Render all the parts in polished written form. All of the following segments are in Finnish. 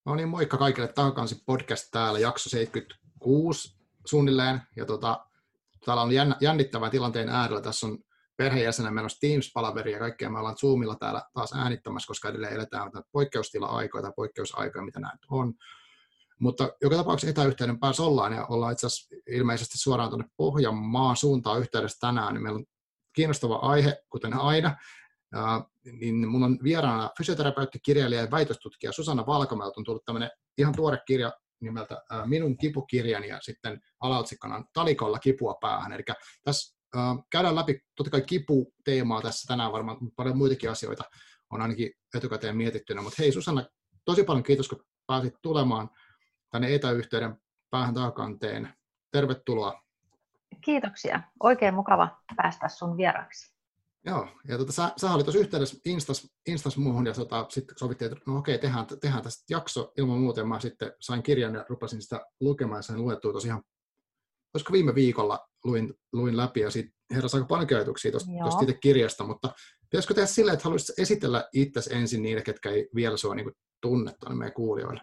No niin, moikka kaikille. Takakansi podcast täällä, jakso 76 suunnilleen. Ja täällä on jännittävän tilanteen äärellä. Tässä on perheenjäsenen menossa Teams-palaveri ja kaikkea. Me ollaan Zoomilla täällä taas äänittämässä, koska edelleen eletään poikkeustila-aikoja tai poikkeusaikoja, mitä näitä on. Mutta joka tapauksessa etäyhteyden päässä ollaan ja ollaan itse asiassa ilmeisesti suoraan tuonne Pohjanmaan suuntaan yhteydessä tänään. Niin meillä on kiinnostava aihe, kuten aina. Niin mun on vieraana fysioterapeutti, kirjailija ja väitöstutkija Susanna Valkamelta on tullut tämmöinen ihan tuore kirja nimeltä Minun kipukirjani ja sitten alaotsikkona Talikolla kipua päähän. Eli tässä käydään läpi totta kai kiputeemaa tässä tänään, varmaan paljon muitakin asioita on ainakin etukäteen mietittynä, mutta hei Susanna, tosi paljon kiitos kun pääsit tulemaan tänne etäyhteyden päähän takakanteen. Tervetuloa. Kiitoksia. Oikein mukava päästä sun vieraksi. Joo, ja sä olit tuossa yhteydessä Instas muuhun, ja sitten sovittiin, että no okei, tehdään tästä jakso ilman muuta, ja mä sitten sain kirjan ja rupesin sitä lukemaan, ja sain luettua tosiaan, olisiko viime viikolla luin läpi, ja siitä heräsi aika paljon ajatuksia tuosta itse kirjasta, mutta pitäisikö tehdä silleen, että haluaisit esitellä itsesi ensin niille, ketkä ei vielä sua niin tunne tuonne meidän kuulijoille?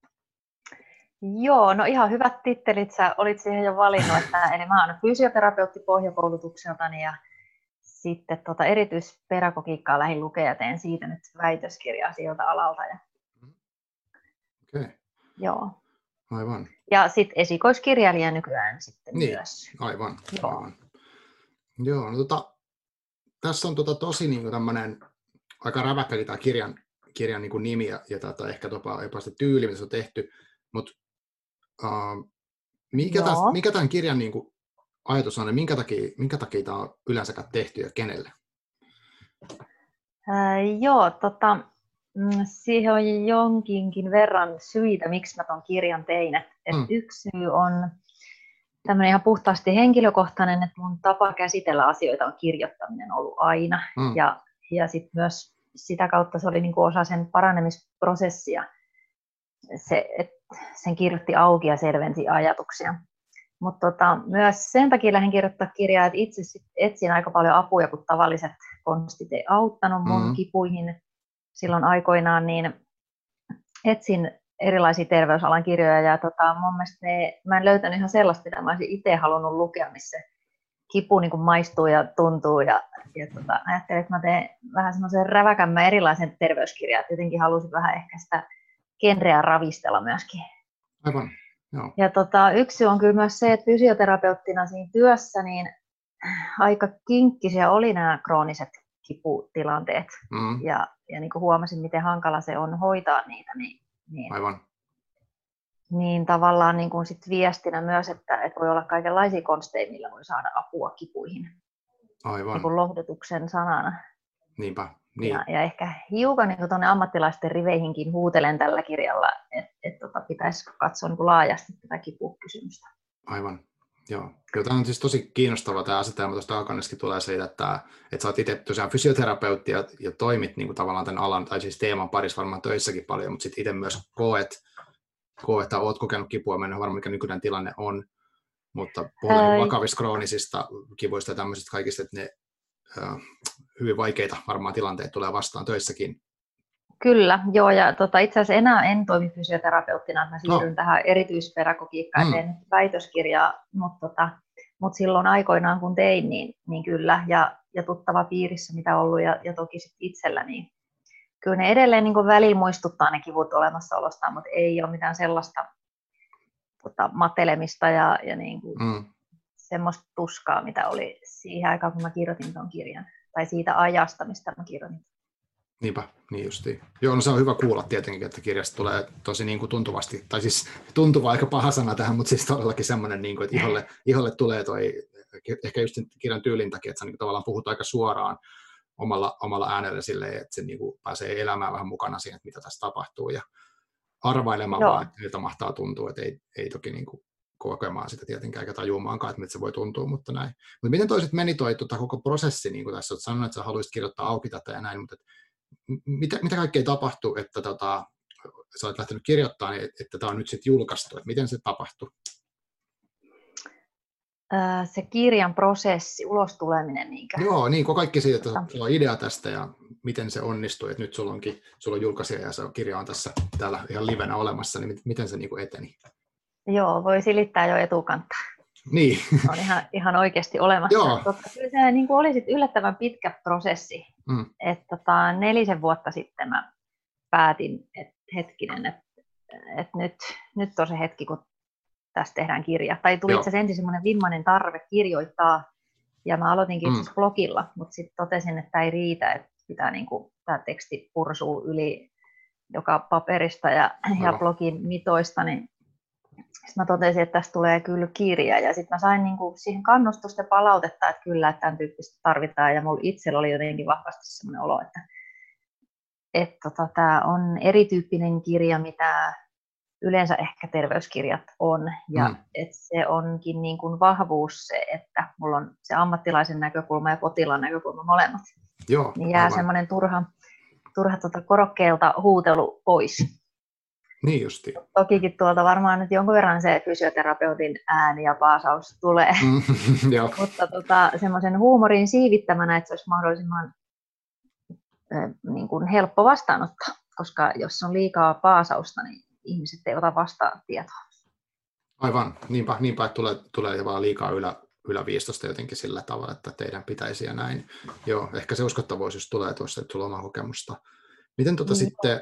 Joo, no ihan hyvät tittelit sä olit siihen jo valinnut, eli mä oon fysioterapeutti pohjakoulutukseltani, ja sitten erityispedagogiikkaa lähdin lukea ja teen siitä nyt väitöskirjaa siltä alalta. Okei. Joo. Aivan. Ja sitten esikoiskirjailija nykyään sitten niin, myös. Aivan. Joo, no tässä on tosi niin tämmöinen aika räväkkäkin tämä kirjan niin nimi ja ehkä jopa se tyyli, mitä se on tehty, mutta mikä tämän kirjan niin kuin ajatus on, ja minkä takia tämä on yleensäkään tehty ja kenelle? Siihen on jonkinkin verran syitä, miksi mä ton kirjan tein. Yksi syy on tämmöinen ihan puhtaasti henkilökohtainen, että mun tapa käsitellä asioita on kirjoittaminen ollut aina. Ja sitten myös sitä kautta se oli niinku osa sen paranemisprosessia. Sen kirjoitti auki ja selvensi ajatuksia. Mutta myös sen takia lähdin kirjoittaa kirjaa, että itse etsin aika paljon apuja, kun tavalliset konstit ei auttanut mun kipuihin silloin aikoinaan, niin etsin erilaisia terveysalan kirjoja ja mun mielestä mä en löytänyt ihan sellaista, mitä mä olisin itse halunnut lukea, missä kipu niin kuin maistuu ja tuntuu ja ajattelin, että mä teen vähän semmoisen räväkämmän erilaisen terveyskirjan, että jotenkin halusin vähän ehkä sitä genreä ravistella myöskin. Aivan. Joo. Ja yksi syy on kyllä myös se, että fysioterapeuttina siinä työssä niin aika kinkkisiä oli nämä krooniset kiputilanteet. Ja niin kuin huomasin, miten hankala se on hoitaa niitä. Aivan. Niin tavallaan niin kuin sit viestinä myös, että voi olla kaikenlaisia konsteja, millä voi saada apua kipuihin. Aivan. Niin kuin lohdutuksen sanana. Niinpä. Niin. Ja ehkä hiukan niin tuonne ammattilaisten riveihinkin huutelen tällä kirjalla, että pitäisi katsoa niin kuin laajasti tätä kipukysymystä. Aivan. Joo. Kyllä tämä on siis tosi kiinnostava tämä asetelma, tuosta alkaneessakin tulee siitä, että sä oot itse tosiaan fysioterapeutti ja toimit niin kuin tavallaan tämän alan, tai siis teeman parissa varmaan töissäkin paljon, mutta sitten itse myös koet, että oot kokenut kipua, mä en varmaan mikä nykyinen tilanne on, mutta puhutaan vakavista kroonisista kivuista ja tämmöisistä kaikista, että ne hyvin vaikeita varmaan tilanteet tulee vastaan töissäkin. Kyllä, joo, ja itse asiassa enää en toimi fysioterapeuttina, että mä siirryn tähän erityispedagogiikkaan ja teen väitöskirjaa, mutta silloin aikoinaan kun tein, niin kyllä, ja tuttava piirissä mitä ollut, ja toki sit itsellä, niin kyllä ne edelleen niin välillä muistuttaa ne kivut olemassaolostaan, mutta ei ole mitään sellaista matelemista ja niin kuin semmoista tuskaa, mitä oli siihen aikaan, kun mä kirjoitin tuon kirjan, tai siitä ajasta, mistä mä kirjoitin. Niinpä, niin justiin. Joo, no se on hyvä kuulla tietenkin, että kirjasta tulee tosi niin kuin tuntuvasti, tai siis tuntuva aika paha sana tähän, mutta siis todellakin semmoinen, niin kuin, että iholle tulee toi, ehkä just kirjan tyylin takia, että sä niin tavallaan puhut aika suoraan omalla äänellä silleen, että se niin kuin pääsee elämään vähän mukana siinä, että mitä tässä tapahtuu, ja arvailemaan vaan, että miltä mahtaa tuntua, että ei toki niin kuin kokemaan sitä tietenkään, eikä tajuumaankaan, että miltä se voi tuntua, mutta näin. Mutta miten toiset meni koko prosessi, niin kuin tässä olet sanonut, että sä haluaisit kirjoittaa auki tätä ja näin, mutta mitä kaikkea tapahtui, että sä olet lähtenyt kirjoittamaan, että tämä on nyt sitten julkaistu, että miten se tapahtui? Se kirjan prosessi, ulos tuleminen. Niinkö? Joo, niin kuin kaikki siitä, että sulla on idea tästä ja miten se onnistui, että nyt sulla on julkaisija ja se kirja on tässä täällä ihan livenä olemassa, niin miten se niin kuin eteni? Joo, voi silittää jo etukantaa. Niin. On ihan oikeasti olemassa. Kyllä se niin kuin oli sit yllättävän pitkä prosessi. Että 4 vuotta sitten mä päätin, että hetkinen, että nyt on se hetki, kun tästä tehdään kirja. Tai tuli itse asiassa ensin semmoinen vimmainen tarve kirjoittaa, ja mä aloitinkin itse asiassa blogilla, mutta sitten totesin, että tämä ei riitä, että pitää niin kuin, tämä teksti pursuu yli joka paperista ja blogin mitoista, niin sitten mä totesin, että tästä tulee kyllä kirja, ja sitten mä sain niin kuin siihen kannustusta palautetta, että kyllä, että tämän tyyppistä tarvitaan, ja mulla itsellä oli jotenkin vahvasti semmoinen olo, että tämä on erityyppinen kirja, mitä yleensä ehkä terveyskirjat on, ja että se onkin niin kuin vahvuus se, että mulla on se ammattilaisen näkökulma ja potilaan näkökulma molemmat. Joo, niin jää semmoinen turha korokkeelta huutelu pois. Niin justi. Tokikin tuolta varmaan nyt jonkun verran se fysioterapeutin ääni ja paasaus tulee, mutta semmoisen huumorin siivittämänä, että se olisi mahdollisimman niin kuin helppo vastaanottaa, koska jos on liikaa paasausta, niin ihmiset ei ota vastaan tietoa. Aivan, niinpä että tulee vaan liikaa yläviistosta jotenkin sillä tavalla, että teidän pitäisi ja näin. Joo, ehkä se uskottavuus just tulee tuossa, että sulla on omaa kokemusta. Miten sitten...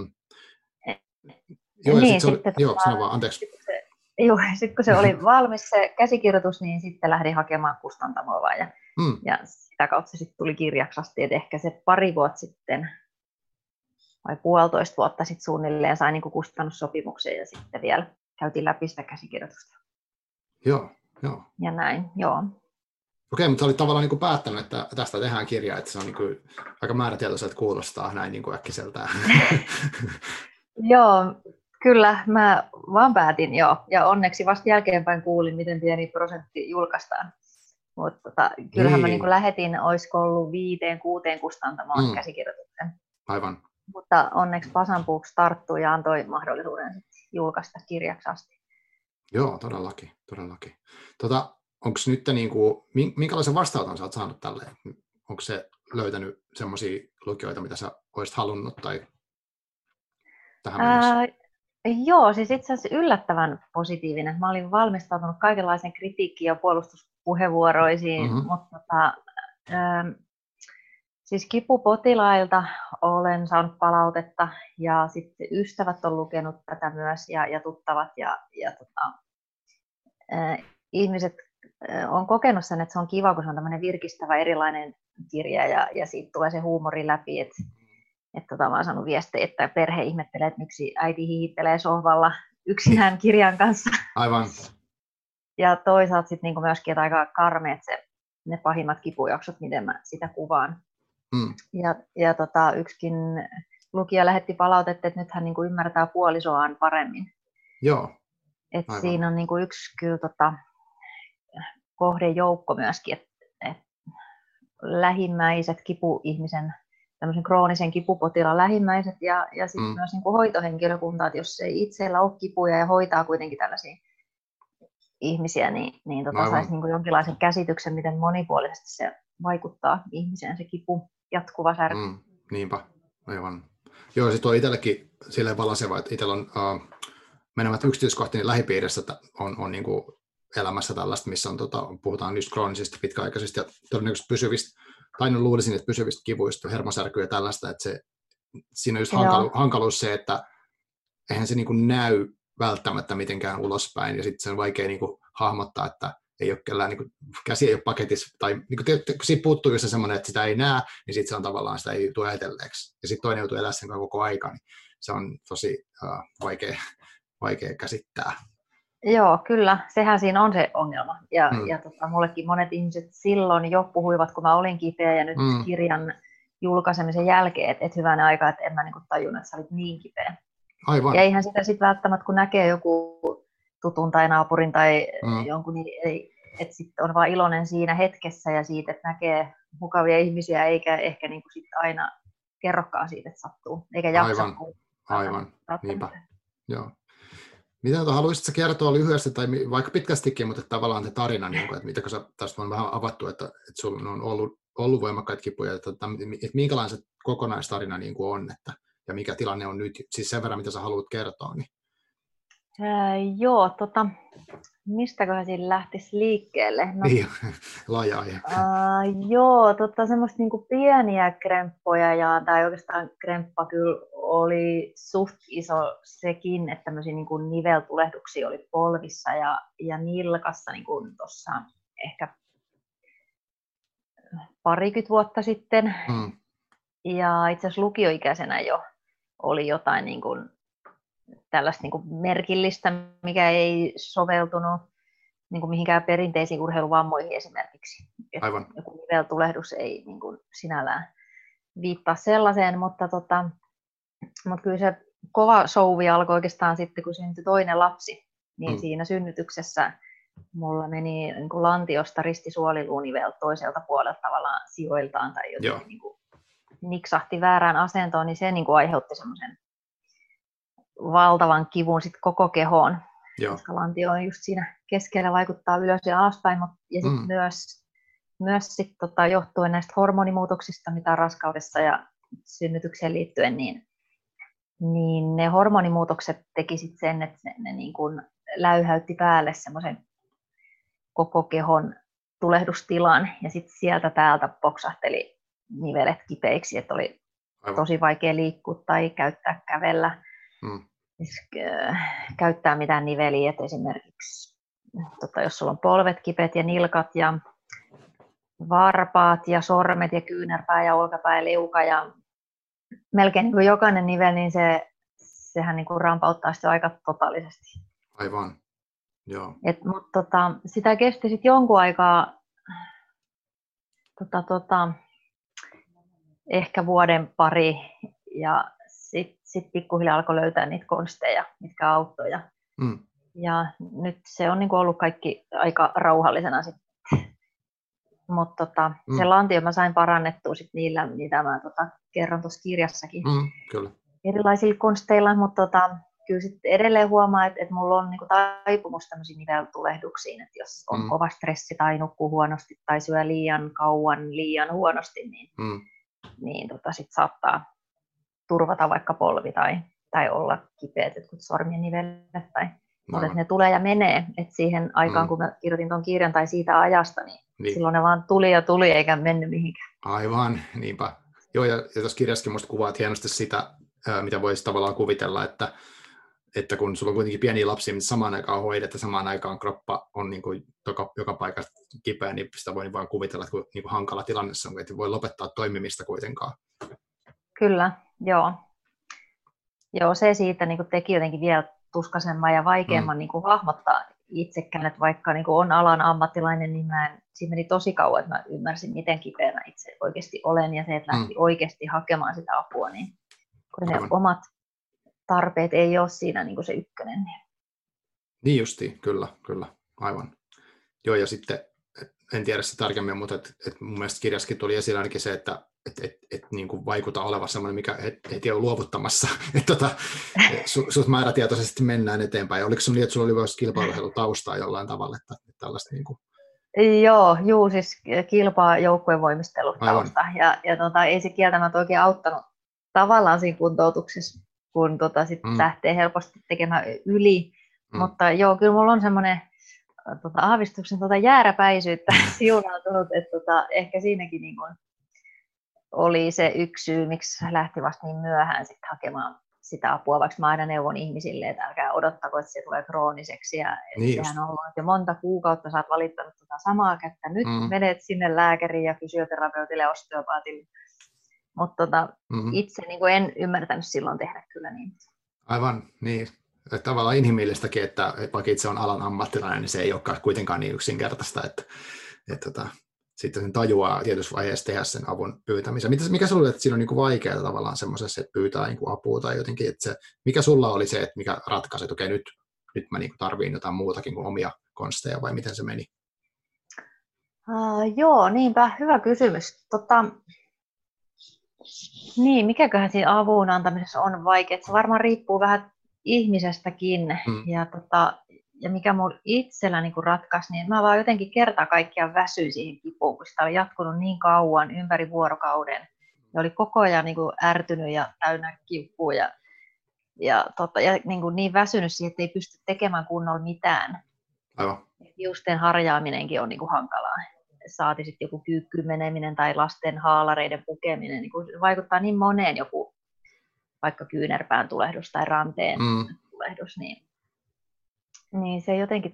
Joo, niin, sano vaan, anteeksi. Sitten kun se oli valmis se käsikirjoitus, niin sitten lähdin hakemaan kustantamoa ja sitä kautta se sitten tuli kirjaksi asti, että ehkä se 2 vuotta sitten vai 1,5 vuotta sitten suunnilleen sai niin kuin kustannussopimuksen ja sitten vielä käytiin läpi sitä käsikirjoitusta. Joo. Ja näin, joo. Okei, mutta sä olit tavallaan niin kuin päättänyt, että tästä tehdään kirja, että se on niin kuin aika määrätietoiselta kuulostaa näin niin kuin äkkiseltään. Joo, kyllä, mä vaan päätin joo, ja onneksi vasta jälkeenpäin kuulin, miten pieni prosentti julkaistaan. Mutta kyllähän mä niin kuin lähetin, olisiko ollut 5-6 kustantamaan käsikirjoituksen. Aivan. Mutta onneksi Pasan Books tarttui ja antoi mahdollisuuden julkaista kirjaksi asti. Joo, todellakin. Onko nyt, niin kuin, minkälaisen vastaanoton sä oot saanut tälle? Onko se löytänyt semmoisia lukijoita, mitä sä olisit halunnut tai tähän mennessä? Joo, siis itse asiassa yllättävän positiivinen. Mä olin valmistautunut kaikenlaisen kritiikkiin ja puolustuspuheenvuoroisiin, mutta siis kipupotilailta olen saanut palautetta ja sitten ystävät on lukenut tätä myös ja tuttavat ja ihmiset on kokenut sen, että se on kiva, kun se on tämmöinen virkistävä erilainen kirja ja siitä tulee se huumori läpi, että mä oon saanut viestejä, että perhe ihmettelee, että miksi äiti hiihittelee sohvalla yksinään kirjan kanssa. Aivan. Ja toisaalta sitten niinku myöskin, että aika karmeet ne pahimmat kipujaksot, miten mä sitä kuvaan. Ja yksikin lukija lähetti palautetta, että nyt hän niinku ymmärtää puolisoaan paremmin. Joo. Että siinä on niinku yksi kyllä kohdejoukko myöskin, että lähimmäiset kipuihmisen, tämmöisen kroonisen kipupotilaan lähimmäiset ja sitten myös niin kuin hoitohenkilökunta, että jos ei itsellä ole kipuja ja hoitaa kuitenkin tällaisia ihmisiä, niin saisi niin kuin jonkinlaisen käsityksen, miten monipuolisesti se vaikuttaa ihmiseen, se kipu, jatkuva särky. Niinpä, aivan. Joo, se tuo itsellekin silleen valaiseva, että itsellä on menevät yksityiskohtiin lähipiirissä, että on niin kuin elämässä tällaista, missä on, puhutaan just kroonisista, pitkäaikaisista ja todennäköisesti pysyvistä, tai luulisin, että pysyvistä kivuista, hermosärkyä ja tällaista, että siinä on just hankaluus se, että eihän se niin kuin näy välttämättä mitenkään ulospäin, ja sitten se on vaikea niin kuin hahmottaa, että ei ole kellään, niin kuin, käsi ei ole paketissa, tai niin kuin, kun siitä puuttuu just semmoinen, että sitä ei näe, niin sitten se on tavallaan, sitä ei tule ajatelleeksi, ja sitten toinen joutuu elämään sen koko aika, niin se on tosi vaikea käsittää. Joo, kyllä. Sehän siinä on se ongelma. Ja mullekin monet ihmiset silloin jo puhuivat, kun mä olin kipeä ja nyt kirjan julkaisemisen jälkeen, että hyvänä aikaa, että en mä niinku tajunnut, että sä olit niin kipeä. Aivan. Ja eihän sitä sitten välttämättä, kun näkee joku tutun tai naapurin tai jonkun, niin että sitten on vaan iloinen siinä hetkessä ja siitä, että näkee mukavia ihmisiä, eikä ehkä niinku sit aina kerrokaan siitä, että sattuu, eikä jaksa. Aivan, niinpä. Joo. Miten haluaisitko kertoa lyhyesti tai vaikka pitkästikin, mutta tavallaan se tarina, niin kuin, että mitä sä, tästä on vähän avattu, että sulla on ollut voimakkaita kipuja, että minkälainen se kokonaistarina niin kuin on, että, ja mikä tilanne on nyt, siis sen verran, mitä sä haluat kertoa. Niin. Joo, mistäköhän siinä lähtisi liikkeelle? No, niin, laaja aihe. Joo, semmoista niinku pieniä kremppoja, tai oikeastaan kremppa kyllä oli suht iso sekin, että tämmöisiä niinku niveltulehduksia oli polvissa ja nilkassa niinku tuossa ehkä parikymmentä vuotta sitten. Ja itse asiassa lukioikäisenä jo oli jotain niinku tällaista niinku merkillistä, mikä ei soveltunut niin kuin mihinkään perinteisiin urheiluvammoihin esimerkiksi. Aivan. Joku niveltulehdus ei niin kuin sinällään viittaa sellaiseen, mutta kyllä se kova shouvi alkoi oikeastaan sitten, kun syntyi toinen lapsi. Niin siinä synnytyksessä mulla meni niin kuin lantiosta ristisuoliluunivel toiselta puolelta tavallaan sijoiltaan tai jotenkin niin kuin niksahti väärään asentoon, niin se niin kuin aiheutti semmoisen valtavan kivun sit koko kehoon. Koska lantio on just siinä keskellä, vaikuttaa ylös ja alaspäin, ja sitten myös sit, johtuen näistä hormonimuutoksista, mitä on raskaudessa ja synnytykseen liittyen, niin ne hormonimuutokset teki sit sen, että ne niin kun läyhäytti päälle semmoisen koko kehon tulehdustilan, ja sitten sieltä täältä poksahteli nivelet kipeiksi, että oli tosi vaikea liikkua tai kävellä. Käyttää mitään niveliä, että esimerkiksi jos sulla on polvet kipeät ja nilkat ja varpaat ja sormet ja kyynärpää ja olkapää ja leuka ja melkein niin kuin jokainen nivel, niin sehän niin kuin rampauttaa sitä aika totaalisesti. Aivan, joo. Mutta sitä kesti sitten jonkun aikaa, ehkä vuoden pari, ja sitten pikkuhiljaa alkoi löytää niitä konsteja, mitkä auttoi. Ja nyt se on niin kuin ollut kaikki aika rauhallisena sitten. Mutta se lantio mä sain parannettua sit niillä, mitä mä kerron tuossa kirjassakin. Kyllä. Erilaisilla konsteilla, mutta kyllä sitten edelleen huomaa, että mulla on niinku taipumus tämmöisiin niveltulehduksiin, että jos on kova stressi tai nukkuu huonosti tai syö liian kauan liian huonosti, niin sit saattaa turvata vaikka polvi tai olla kipeät jotkut sormien nivelet. Mutta ne tulee ja menee. Et siihen aikaan, kun mä kirjoitin tuon kirjan tai siitä ajasta, niin silloin ne vaan tuli eikä mennyt mihinkään. Aivan, niinpä. Joo, ja tuossa kirjassakin musta kuvaat hienosti sitä, mitä voisi tavallaan kuvitella, että kun sulla on kuitenkin pieniä lapsia, mitä samaan aikaan hoidet ja samaan aikaan kroppa on niin kuin joka paikassa kipeä, niin sitä voi vaan kuvitella, että niin kuin hankala tilanne se on, että voi lopettaa toimimista kuitenkaan. Kyllä, joo. Joo, se siitä niin kuin teki jotenkin vielä tuskaisemman ja vaikeamman niin kuin hahmottaa itsekään, että vaikka niin kuin on alan ammattilainen, niin siinä meni tosi kauan, että mä ymmärsin, miten kipeänä itse oikeasti olen, ja se, että lähti oikeasti hakemaan sitä apua, niin kun ne omat tarpeet ei ole siinä niin kuin se ykkönen. Niin justiin, kyllä, aivan. Joo, ja sitten, en tiedä se tarkemmin, mutta että mun mielestä kirjassakin tuli esille ainakin se, että niin kuin vaikuta olevan sellainen, mikä heti on luovuttamassa, että sut määrätietoisesti mennään eteenpäin. Oliko sun niin, että sulla oli myös kilpailuheilutaustaa jollain tavalla, että tällaista niin kuin... Joo, siis joukkueen voimistelutausta, ja ei se kieltämättä oikein auttanut tavallaan siinä kuntoutuksessa, kun sit lähtee helposti tekemään yli, mutta joo, kyllä mulla on semmoinen aavistuksen jääräpäisyyttä siunautunut, että ehkä siinäkin niin kuin oli se yksi syy, miksi lähti vasta niin myöhään sit hakemaan sitä apua, vaikka mä aina neuvon ihmisille, että älkää odottako, että se tulee krooniseksi. Ja sehän on ollut jo monta kuukautta, sä oot valittanut samaa kättä. Nyt menet sinne lääkäriin ja fysioterapeutille ja osteopaatille. Mutta itse niin kuin en ymmärtänyt silloin tehdä kyllä niin. Aivan, niin. Että tavallaan inhimillistäkin, että vaikka itse on alan ammattilainen, niin se ei olekaan kuitenkaan niin yksinkertaista, että sitten sen tajuaa tietyssä vaiheessa tehdä sen avun pyytämisen. Mikä sulla oli, että siinä on niin vaikeaa tavallaan semmoisessa, että pyytää niin apua tai jotenkin, että mikä sulla oli se, että mikä ratkaisi, että okei, nyt mä niin tarviin jotain muutakin kuin omia konsteja, vai miten se meni? Joo, niinpä, hyvä kysymys. Niin, mikäköhän siinä avun antamisessa on vaikeaa? Se varmaan riippuu vähän ihmisestäkin. Ja mikä mulla itsellä niin ratkaisi, niin mä vaan jotenkin kerta kaikkiaan väsyin siihen kipuun, kun sitä oli jatkunut niin kauan ympäri vuorokauden. Ja oli koko ajan niin ärtynyt ja täynnä kiukkua ja niin väsynyt siihen, että ei pysty tekemään kunnolla mitään. Aivan. Hiusten harjaaminenkin on niin hankalaa. Saati sitten joku kyykky meneminen tai lasten haalareiden pukeminen. Niin vaikuttaa niin moneen joku vaikka kyynärpään tulehdus tai ranteen tulehdus. Niin se jotenkin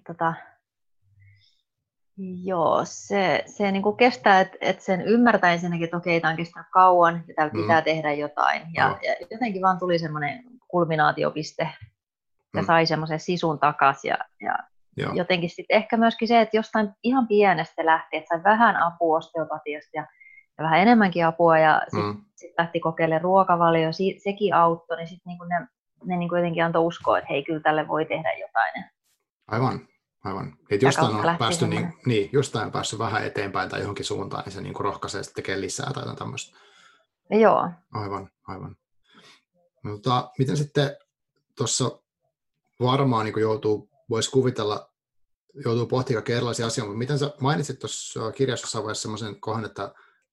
se niin kuin kestää, että sen ymmärtää ensinnäkin, että okei, tämä on kestänyt kauan ja täällä pitää tehdä jotain. Ja jotenkin vaan tuli semmoinen kulminaatiopiste ja sai semmoisen sisun takaisin. Ja jotenkin sitten ehkä myöskin se, että jostain ihan pienestä lähti, että sai vähän apua osteopatiasta ja vähän enemmänkin apua ja sitten lähti kokeilemaan ruokavalio, sekin auttoi, niin sitten niin ne niin jotenkin antoi uskoa, että hei, kyllä tälle voi tehdä jotain. Aivan. Että jostain on päässyt vähän eteenpäin tai johonkin suuntaan, niin se niin kuin rohkaisee sitten tekemään lisää tai jotain tämmöistä. Joo. Aivan. Mutta miten sitten tuossa varmaan niin voisi kuvitella, joutuu pohtimaan erilaisia asioita, mutta miten sä mainitsit tuossa kirjassa jossain vaiheessa semmoisen kohdan, että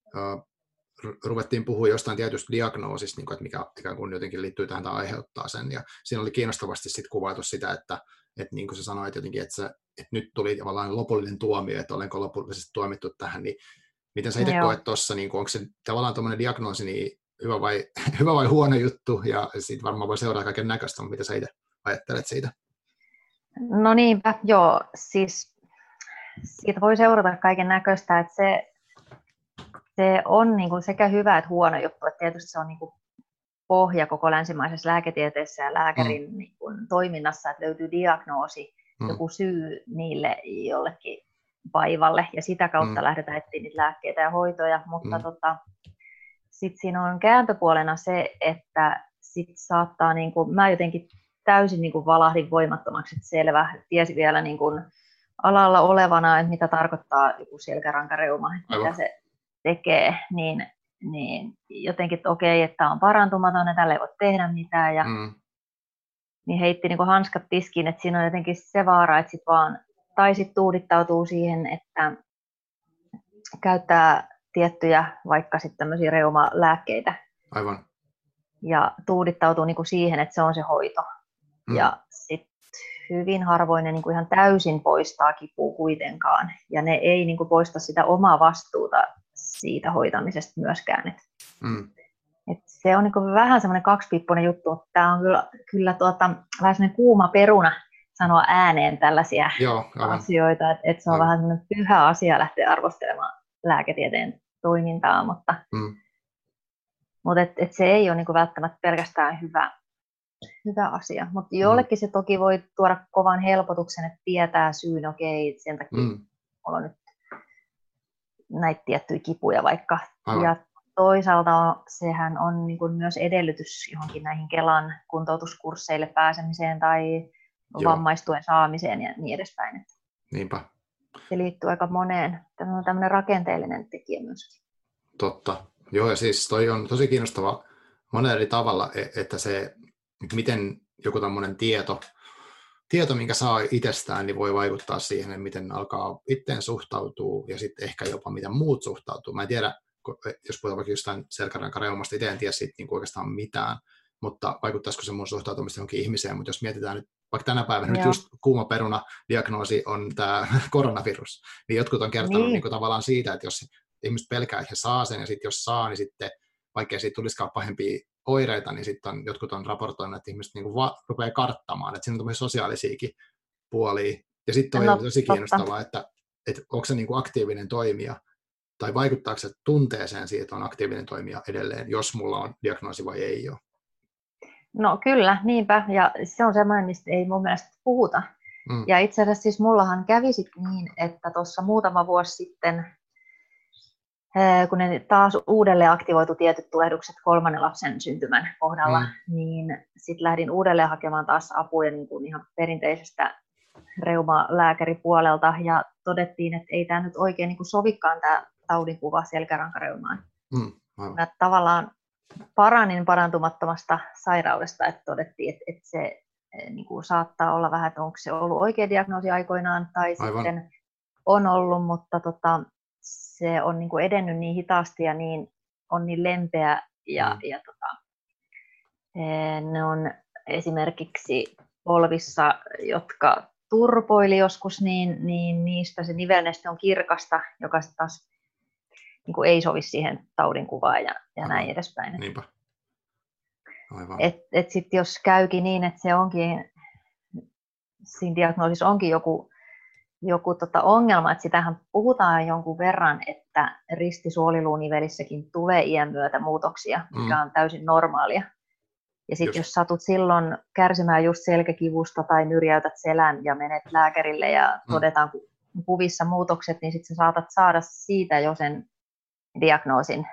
ruvettiin puhua jostain tietystä diagnoosista, niin kuin, että mikä ikään kuin jotenkin liittyy tähän tai aiheuttaa sen, ja siinä oli kiinnostavasti sitten kuvailtu sitä, että niin kuin sä sanoit jotenkin, että nyt tuli tavallaan lopullinen tuomio, että olenko lopullisesti tuomittu tähän, niin miten sä itse koet tuossa, niin onko se tavallaan tuommoinen diagnoosi niin hyvä vai huono juttu, ja siitä varmaan voi seurata kaiken näköistä, mutta mitä sä itse ajattelet siitä? No niinpä, joo, siis siitä voi seurata kaiken näköistä, että se on niin kuin sekä hyvä että huono juttu, että tietysti se on niin kuin pohja koko länsimaisessa lääketieteessä ja lääkärin niin kuin toiminnassa, että löytyy diagnoosi, joku syy niille jollekin vaivalle, ja sitä kautta lähdetään etsimään niitä lääkkeitä ja hoitoja, mutta sitten siinä on kääntöpuolena se, että sit saattaa, niin kuin, mä jotenkin täysin niin kuin valahdin voimattomaksi, että selvä, tiesin vielä niin kuin alalla olevana, että mitä tarkoittaa joku selkärankareuma, että mitä se tekee, niin jotenkin, että okei, että on parantumaton ja tälle ei voi tehdä mitään, ja niin heitti niin kuin hanskat tiskiin, että siinä on jotenkin se vaara, että sit vaan, tai sitten tuudittautuu siihen, että käyttää tiettyjä vaikka sitten tämmöisiä reumalääkkeitä. Aivan. Ja tuudittautuu niin kuin siihen, että se on se hoito. Ja sitten hyvin harvoin ne niin kuin ihan täysin poistaa kipua kuitenkaan. Ja ne ei niin kuin poista sitä omaa vastuuta siitä hoitamisesta myöskään. Et se on niin kuin vähän semmoinen kaksipiippunen juttu. Tämä on kyllä vähän semmoinen kuuma peruna sanoa ääneen tällaisia asioita. Että se on vähän semmoinen pyhä asia lähteä arvostelemaan lääketieteen toimintaa, mutta et se ei ole niin kuin välttämättä pelkästään hyvä asia. Mutta jollekin se toki voi tuoda kovan helpotuksen, että tietää syyn, okei, sen takia mulla on nyt näitä tiettyjä kipuja vaikka. Aivan. Ja toisaalta sehän on niin kuin myös edellytys johonkin näihin Kelan kuntoutuskursseille pääsemiseen tai vammaistuen saamiseen ja niin edespäin. Niinpä. Se liittyy aika moneen. Tämä on tämmöinen rakenteellinen tekijä myöskin. Totta. Joo, ja siis toi on tosi kiinnostava monella eri tavalla, että se, miten joku tämmöinen tieto, minkä saa itsestään, niin voi vaikuttaa siihen, miten alkaa itteen suhtautua ja sitten ehkä jopa miten muut suhtautuu. Mä en tiedä, jos puhutaan vaikka jostain selkärankareumasta, itse en tiedä siitä niin oikeastaan mitään, mutta vaikuttaisiko se mun suhtautumista johonkin ihmiseen, mutta jos mietitään nyt, vaikka tänä päivänä nyt just kuuma peruna diagnoosi on tämä koronavirus, niin jotkut on kertonut niin kuin tavallaan siitä, että jos ihmiset pelkää, että he saa sen, ja sitten jos saa, niin sitten vaikkei siitä tulisikaan pahempia oireita, niin sitten jotkut on raportoinut, että ihmiset niin kuin rupeaa karttamaan, että siinä on tämmöisiä sosiaalisiakin puolia. Ja sitten on tosi kiinnostavaa, että onko se niin kuin aktiivinen toimija, tai vaikuttaako se tunteeseen siitä, että on aktiivinen toimija edelleen, jos mulla on diagnoosi vai ei ole. No kyllä, niinpä. Ja se on semmoinen, mistä ei mun mielestä puhuta. Ja itse asiassa siis mullahan kävi sitten niin, että tuossa muutama vuosi sitten, kun ne taas uudelleen aktivoitu tietyt tulehdukset 3. lapsen syntymän kohdalla, niin sitten lähdin uudelleen hakemaan taas apua niin kuin ihan perinteisestä reumalääkäripuolelta, ja todettiin, että ei tämä nyt oikein niin kuin sovikaan tämä taudinkuva selkärankareumaan. Mä tavallaan paranin parantumattomasta sairaudesta, että todettiin, että se niin kuin saattaa olla vähän, että onko se ollut oikea diagnoosi aikoinaan tai Aivan. sitten on ollut, mutta se on niin kuin edennyt niin hitaasti ja on niin lempeä ja ne on esimerkiksi polvissa, jotka turpoili joskus, niin niistä se nivelneste on kirkasta, joka taas niin kuin ei sovi siihen taudinkuvaan ja näin edespäin. Niinpä. Aivan. Et sitten jos käykin niin, että se onkin, siinä diagnoosissa onkin joku ongelma, että sitähän puhutaan jonkun verran, että ristisuoliluunivelissäkin tulee iän myötä muutoksia, mikä on täysin normaalia. Ja sitten jos satut silloin kärsimään just selkäkivusta tai nyrjäytät selän ja menet lääkärille ja todetaan kuvissa muutokset, niin sitten sä saatat saada siitä jo sen diagnoosin.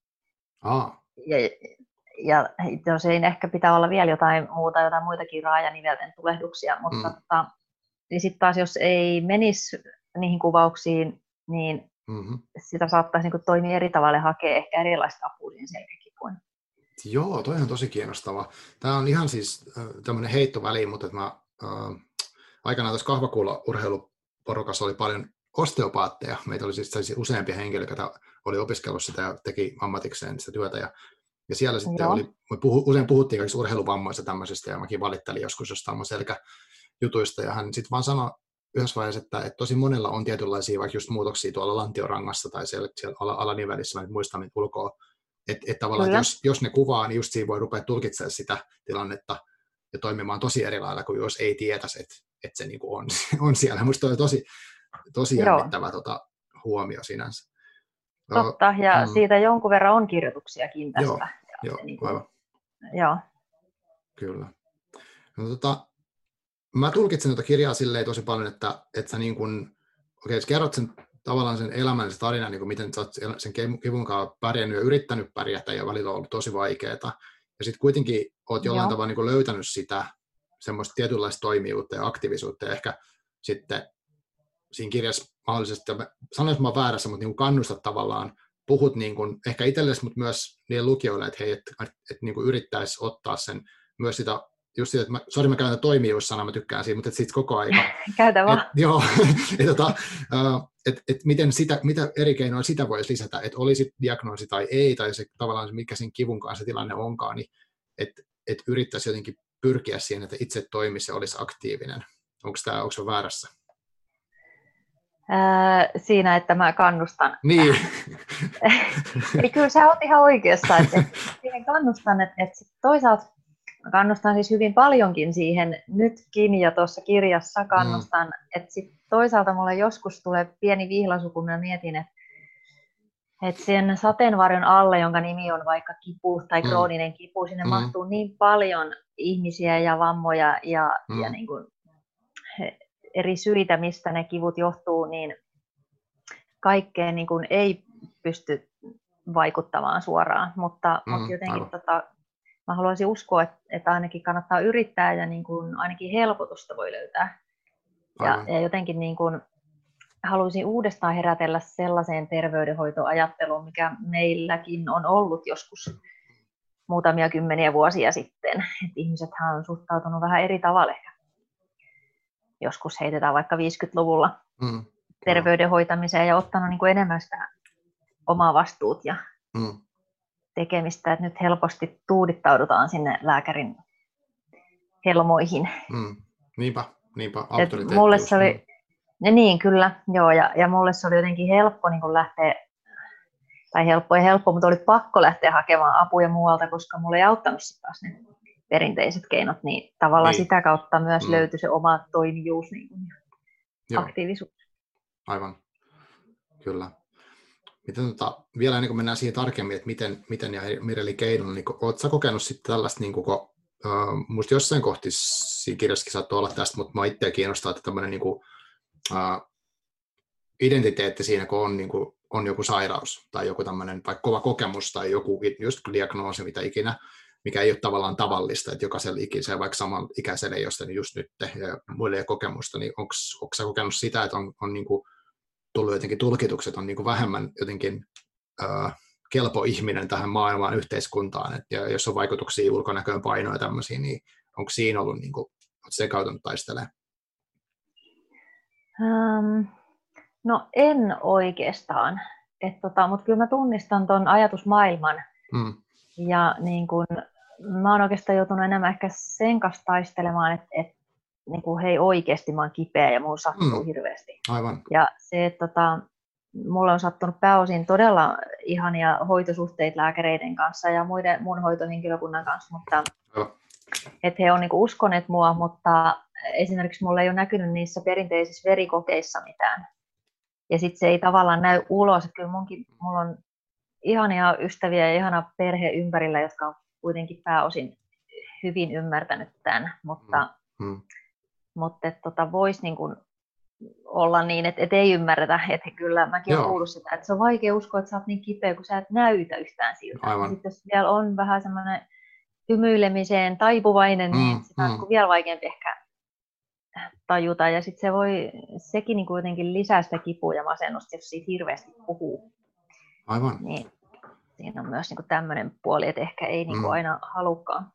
Ja jos ei ehkä pitää olla vielä jotain muitakin raajanivelten tulehduksia, mutta niin sitten taas jos ei menisi niihin kuvauksiin, niin sitä saattaisi niin kuin toimia eri tavalla ja hakea ehkä erilaista apua siihen selkäkipuun. Joo, toi on tosi kiinnostava. Tämä on ihan siis tämmöinen heittoväli, mutta mä aikanaan tuossa kahvakuula-urheiluporukassa oli paljon osteopaatteja. Meitä oli siis useampia henkilöitä, jotka oli opiskellut sitä ja teki ammatikseen sitä työtä. Ja siellä sitten usein puhuttiin kaikista urheiluvammoista tämmöisistä, ja mäkin valittelin joskus jostain mun selkäjutuista, ja hän sitten vaan sanoi yhdessä vaiheessa, että tosi monella on tietynlaisia vaikka just muutoksia tuolla lantiorangassa tai siellä alanivelissä, mä en muista niitä ulkoa, että tavallaan jos ne kuvaa, niin just siinä voi rupea tulkitsemaan sitä tilannetta ja toimimaan tosi eri lailla kuin jos ei tietäisi, että se niinku on siellä. Minusta on tosi jännittävä huomio sinänsä. Totta, ja siitä jonkun verran on kirjoituksiakin tästä. Joo, aivan. Joo. Kyllä. No, mä tulkitsen tuota kirjaa silleen tosi paljon, että sä niin kun, sä kerrot sen tavallaan sen elämällisen tarinan, niin kuin miten sä oot sen kivun kanssa pärjännyt ja yrittänyt pärjätä ja välillä on ollut tosi vaikeaa. Ja sitten kuitenkin oot jollain tavalla niin kuin löytänyt sitä semmoista tietynlaista toimijuutta ja aktiivisuutta ja ehkä sitten siinä kirjassa mahdollisesti, sanoisin, että mä oon väärässä, mutta niin kuin kannustat tavallaan, puhut niin kuin, ehkä itsellesi, mutta myös niille lukijoille, että hei, että niin kuin yrittäisi ottaa sen myös sitä, just sitä, että mä käytän toimijuussanaa, mä tykkään siitä, mutta sitten koko aika. Käytä vaan. Joo, miten mitä eri keinoja sitä voisi lisätä, että olisi diagnoosi tai ei, tai se tavallaan mikä siinä kivun kanssa tilanne onkaan, niin että yrittäisi jotenkin pyrkiä siihen, että itse toimisi ja olisi aktiivinen. Onko se väärässä? Siinä, että mä kannustan. Niin. Eli kyllä sä oot ihan oikeassa, että siihen kannustan, että toisaalta kannustan siis hyvin paljonkin siihen nytkin ja tuossa kirjassa kannustan, että sit toisaalta mulle joskus tulee pieni vihlaisu, kun mä mietin, että sen sateenvarjon alle, jonka nimi on vaikka kipu tai krooninen kipu, sinne mahtuu niin paljon ihmisiä ja vammoja ja niin kuin eri syitä, mistä ne kivut johtuu, niin kaikkeen niin kuin ei pysty vaikuttamaan suoraan, mutta jotenkin mä haluaisin uskoa, että ainakin kannattaa yrittää ja niin kuin ainakin helpotusta voi löytää. Ja jotenkin niin kuin haluaisin uudestaan herätellä sellaiseen terveydenhoitoajatteluun, mikä meilläkin on ollut joskus muutamia kymmeniä vuosia sitten. Et ihmisethän on suhtautunut vähän eri tavalla ehkä. Joskus heitetään vaikka 50-luvulla terveyden hoitamiseen ja ottanut niin kuin enemmän sitä omaa vastuut ja tekemistä, että nyt helposti tuudittaudutaan sinne lääkärin helmoihin. Niinpä, auktoriteetti. Mulle se oli, niin kyllä, joo, ja mulle se oli jotenkin helppo niin kuin lähteä, tai helppo, mutta oli pakko lähteä hakemaan apuja muualta, koska mulle ei auttanut sitten taas ne perinteiset keinot, niin tavallaan sitä kautta myös löytyi se oma toimijuus niin kuin, ja aktiivisuus. Aivan, kyllä. Vielä ennen kuin mennään siihen tarkemmin, että miten ja Mireli keinolla, niin oletko sä kokenut sitten tällaista, niin minusta jossain kohti siinä kirjassakin saattoi olla tästä, mutta minua itseä kiinnostaa, että tämmöinen niin identiteetti siinä, kun on, niin kuin, on joku sairaus tai joku tämmöinen vaikka kova kokemus tai joku just diagnoosi, mitä ikinä, mikä ei ole tavallaan tavallista, että jokaisella ikäisellä, vaikka saman ikäiselle, josta niin just nyt ja muille ei ole kokemusta, niin onko sä kokenut sitä, että on niin kuin tullut jotenkin tulkitukset, on niin kuin vähemmän jotenkin kelpo ihminen tähän maailmaan, yhteiskuntaan, ja jos on vaikutuksia ulkonäköön, painoa ja tämmöisiä, niin onko siinä ollut niin kuin, sekautunut taistelemaan? No en oikeastaan, mutta kyllä mä tunnistan ton ajatusmaailman ja niin kun, mä oon oikeastaan joutunut enemmän ehkä sen kanssa taistelemaan, että niin kun, hei oikeasti mä oon kipeä ja mulla sattuu hirveästi. Aivan. Ja se, että mulla on sattunut pääosin todella ihania hoitosuhteita lääkäreiden kanssa ja mun hoitohenkilökunnan kanssa, mutta että he on niin kuin uskoneet mua, mutta esimerkiksi mulla ei ole näkynyt niissä perinteisissä verikokeissa mitään. Ja sitten se ei tavallaan näy ulos. Että kyllä mulla on ihania ystäviä ja ihana perhe ympärillä, jotka on kuitenkin pääosin hyvin ymmärtänyt tämän, mutta voisi niin kuin olla niin, että ei ymmärretä, että kyllä mäkin olen kuullut sitä, että se on vaikea uskoa, että sä oot niin kipeä, kun sä et näytä yhtään siltä. Ja sitten jos vielä on vähän semmoinen hymyilemiseen taipuvainen, niin sitä on vielä vaikeampi ehkä tajuta. Ja sitten sekin niin kuitenkin lisää sitä kipua ja masennusta, jos siitä hirveästi puhuu. Aivan. Niin siinä on myös niin kuin tämmöinen puoli, että ehkä ei niin kuin aina halukkaan.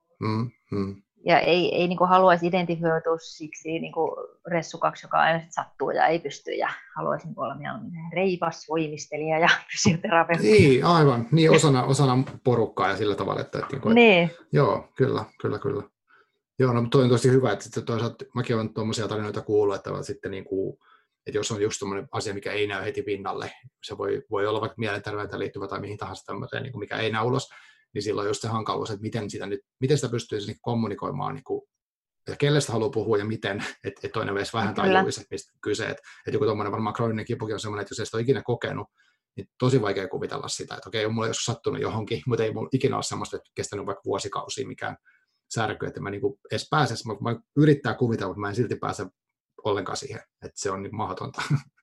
Ja ei niin kuin haluaisi identifioitua siksi niin kuin ressukaksi, joka aina sattuu ja ei pysty, ja haluaisi niin olla mieluummin reipas voimistelija ja fysioterapeutti. Niin, aivan. Niin, osana porukkaa ja sillä tavalla, että niin. Joo, kyllä. Joo, no toi on tosi hyvä, että sitten toisaalta mäkin olen tuommoisia tarinoita kuullut, että sitten niin kuin, että jos on just tommoinen asia, mikä ei näy heti pinnalle, se voi olla vaikka mielenterveyteen liittyvä tai mihin tahansa tämmöiseen, niin kuin mikä ei näy ulos, niin silloin just se hankaluus, että miten sitä pystyy niin kommunikoimaan, niin kuin, että kelle sitä haluaa puhua ja miten, että toinen edes vähän tajuisi, että mistä kyse. Että joku tuommoinen varmaan krooninen kipukin on semmoinen, että jos ei sitä ole ikinä kokenut, niin tosi vaikea kuvitella sitä, että okei, mulla on joskus sattunut johonkin, mutta ei mulla ikinä ole semmoista, että kestänyt vaikka vuosikausia mikään särky, että mä niin kuin edes pääse, mä yrittää kuvitella, mutta mä en silti pääse ollenkaan siihen, että se on niin mahdotonta.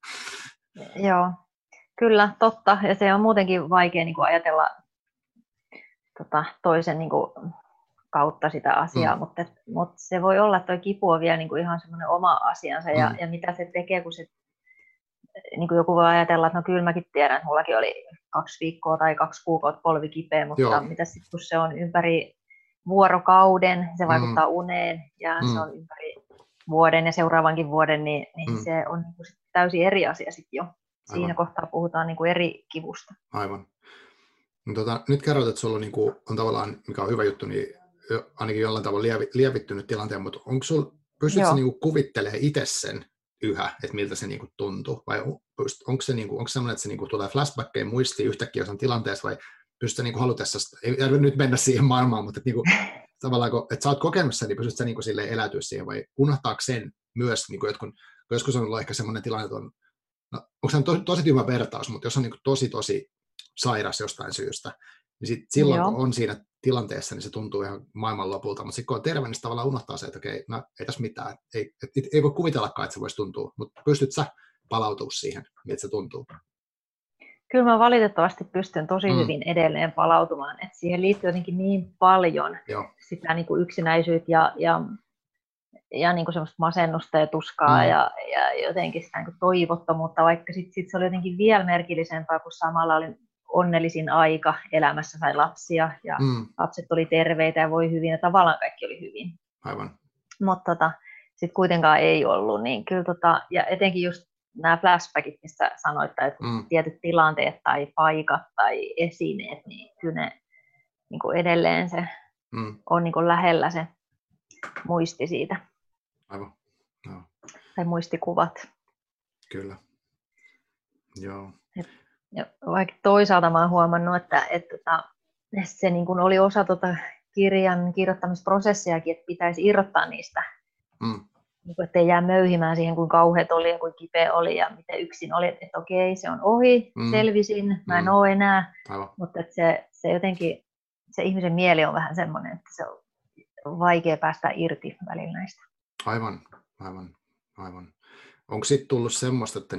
Joo, kyllä, totta. Ja se on muutenkin vaikea niin kuin ajatella toisen niin kuin kautta sitä asiaa, mutta se voi olla, että tuo kipu on vielä niin kuin ihan semmoinen oma asiansa, ja mitä se tekee, kun se, niin kuin joku voi ajatella, että no kyllä mäkin tiedän, että mullakin oli 2 viikkoa tai 2 kuukautta polvi kipeä, mutta mitä sitten, kun se on ympäri vuorokauden, se vaikuttaa uneen, ja se on ympäri vuoden ja seuraavankin vuoden, niin se on niin kuin täysin eri asia sitten jo. Siinä Aivan. kohtaa puhutaan niin kuin eri kivusta. Aivan. Nyt kerroit, että sulla on tavallaan, mikä on hyvä juttu, niin ainakin jollain tavalla lievittynyt tilanteen, mutta pystytkö niinku kuvittelemaan itse sen yhä, että miltä se niinku tuntuu? Vai onko se sellainen, että se niinku tulee flashbackkeen muistiin yhtäkkiä jossain tilanteessa, vai pystytkö niinku halutessa, ei nyt mennä siihen maailmaan, mutta että tavallaan, että sä oot kokenut sen, niin pystytkö niinku silleen eläytyä siihen, vai unohtaako sen myös, niinku, että kun joskus on ollut ehkä semmoinen tilanne, että onko se tosi tyhmä vertaus, mutta jos on niinku tosi sairas jostain syystä, niin silloin kun on siinä tilanteessa, niin se tuntuu ihan maailman lopulta, mutta sitten kun on terve, niin tavallaan unohtaa se, että okei, no ei tässä mitään, ei voi kuvitellakaan, että se voisi tuntua, mutta pystyt sä palautumaan siihen, miltä se tuntuu? Kyllä mä valitettavasti pystyn tosi hyvin edelleen palautumaan, että siihen liittyy jotenkin niin paljon sitä niin kuin yksinäisyyttä ja niin kuin semmoista masennusta ja tuskaa ja jotenkin sitä niin kuin toivottomuutta, vaikka sit se oli jotenkin vielä merkillisempää, kun samalla oli onnellisin aika elämässä, sai lapsia ja lapset oli terveitä ja voi hyvin ja tavallaan kaikki oli hyvin. Aivan. Mutta sitten kuitenkaan ei ollut, niin kyllä ja etenkin just nämä flashbackit, mistä sanoit, että tietyt tilanteet tai paikat tai esineet, niin kyllä ne niin kuin edelleen se on niin kuin lähellä se muisti siitä. Aivan. Joo. Tai muistikuvat. Kyllä. Joo. Ja vaikka toisaalta mä oon huomannut, että se niin kuin oli osa kirjan kirjoittamisprosessiakin, että pitäisi irrottaa niistä, ettei jää möyhimään siihen, kuinka kauheat oli ja kuinka kipeä oli ja miten yksin oli, että okei, se on ohi, selvisin, mä en ole enää, mutta että se jotenkin, se ihmisen mieli on vähän semmoinen, että se on vaikea päästä irti välillä näistä. Aivan. Onko sitten tullut semmoista, että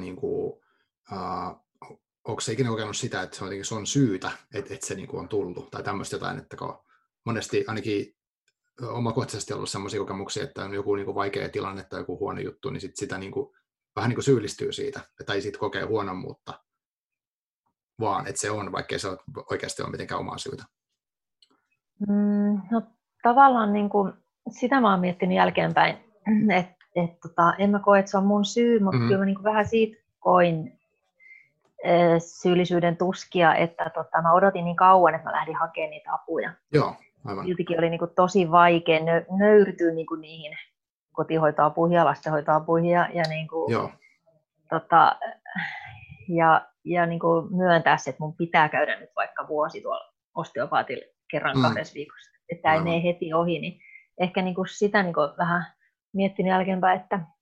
onko se ikinä kokenut sitä, että se on syytä, että se on tullut, tai tämmöistä jotain, että monesti ainakin omakohtaisesti ollut semmoisia kokemuksia, että on joku vaikea tilanne tai joku huono juttu, niin sitä vähän syyllistyy siitä, että ei siitä kokee huonommuutta, vaan että se on, vaikkei se oikeasti ole mitenkään omaa syytä. No tavallaan sitä mä oon miettinyt jälkeenpäin, että en mä koe, että se on mun syy, mutta kyllä mä niin vähän siitä koin syyllisyyden tuskia, että mä odotin niin kauan, että mä lähdin hakemaan niitä apuja. Joo, aivan. Siltikin oli niin kuin tosi vaikea nöyrtyä niin kuin niihin kotihoitoapuihin ja lastenhoitoapuihin ja niin kuin, Joo. Ja niin kuin myöntää se, että mun pitää käydä nyt vaikka vuosi tuolla osteopaatilla kerran 2 viikossa, että tämä ei mene heti ohi, niin ehkä niin kuin sitä niin kuin vähän miettinyt jälkeenpäin,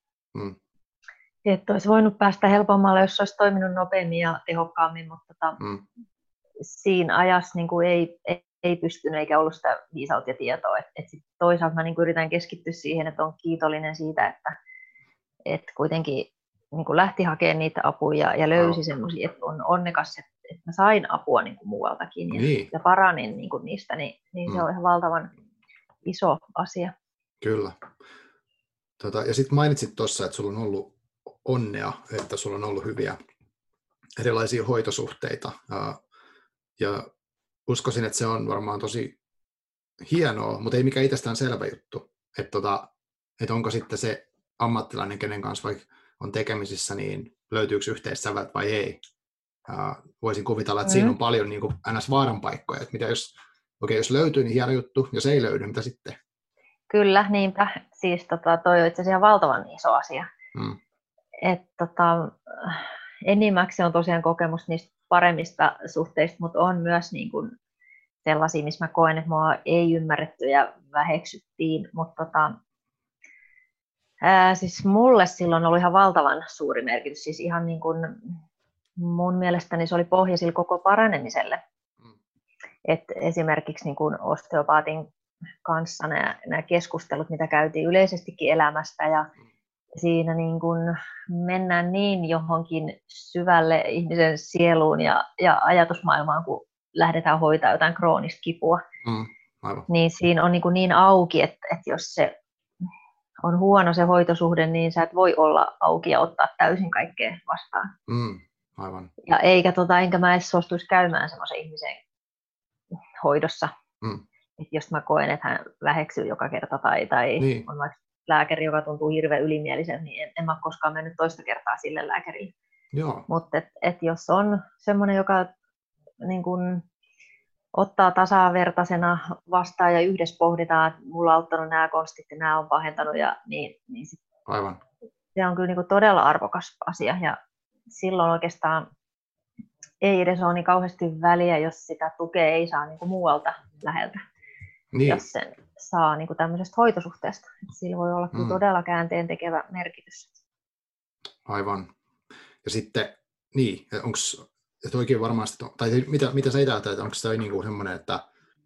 että olisi voinut päästä helpommalle, jos olisi toiminut nopeammin ja tehokkaammin, mutta siinä ajassa niin kuin ei pystynyt eikä ollut sitä viisautta ja tietoa. Et sit toisaalta mä niin kuin yritän keskittyä siihen, että on kiitollinen siitä, että kuitenkin niin kuin lähti hakemaan niitä apuja ja löysi semmoisia, että on onnekas, että mä sain apua niin kuin muualtakin ja paranin niin kuin niistä, niin se on ihan valtavan iso asia. Kyllä. Ja sitten mainitsit tuossa, että sulla on ollut onnea, että sulla on ollut hyviä erilaisia hoitosuhteita. Ja uskoisin, että se on varmaan tosi hienoa, mutta ei mikään itsestään selvä juttu. Että onko sitten se ammattilainen, kenen kanssa vaikka on tekemisissä, niin löytyykö yhteissävät vai ei. Voisin kuvitella, että siinä on paljon niin kuin NS-vaaran paikkoja. Että mitä jos löytyy, niin hieno juttu. Jos ei löydy, mitä sitten? Kyllä, niinpä. Siis toi on itse asiassa valtavan iso asia. Enimmäkseen on tosiaan kokemus niistä paremmista suhteista, mutta on myös niin kuin sellaisia, missä mä koen, että mua ei ymmärretty ja väheksyttiin. Mutta siis mulle silloin oli ihan valtavan suuri merkitys. Siis ihan niin kuin mun mielestäni se oli pohja sille koko paranemiselle. Et esimerkiksi niin kuin osteopaatin kanssa nämä keskustelut, mitä käytiin yleisestikin elämästä ja siinä niin kuin mennään niin johonkin syvälle ihmisen sieluun ja ajatusmaailmaan, kun lähdetään hoitaa jotain kroonista kipua, niin siinä on niin auki, että jos se on huono se hoitosuhde, niin sä et voi olla auki ja ottaa täysin kaikkea vastaan. Aivan. Ja enkä mä edes suostuisi käymään semmoisen ihmisen hoidossa. Että jos mä koen, että hän väheksyy joka kerta tai on vaikka lääkäri, joka tuntuu hirveän ylimieliseltä, niin en mä ole koskaan mennyt toista kertaa sille lääkärille. Mutta jos on semmoinen, joka niin kun ottaa tasavertaisena vastaan ja yhdessä pohditaan, että mulla on auttanut nämä konstit ja nämä on pahentanut, niin sit aivan. Se on kyllä niin kuin todella arvokas asia ja silloin oikeastaan ei edes ole niin kauheasti väliä, jos sitä tukea ei saa niin kuin muualta läheltä, jos sen saa niin kuin tämmöisestä hoitosuhteesta. Sillä voi olla kyllä todella käänteen tekevä merkitys. Aivan. Ja sitten, onko oikein varmasti, tai mitä sä itse ajattelet, onko se niin kuin semmoinen, että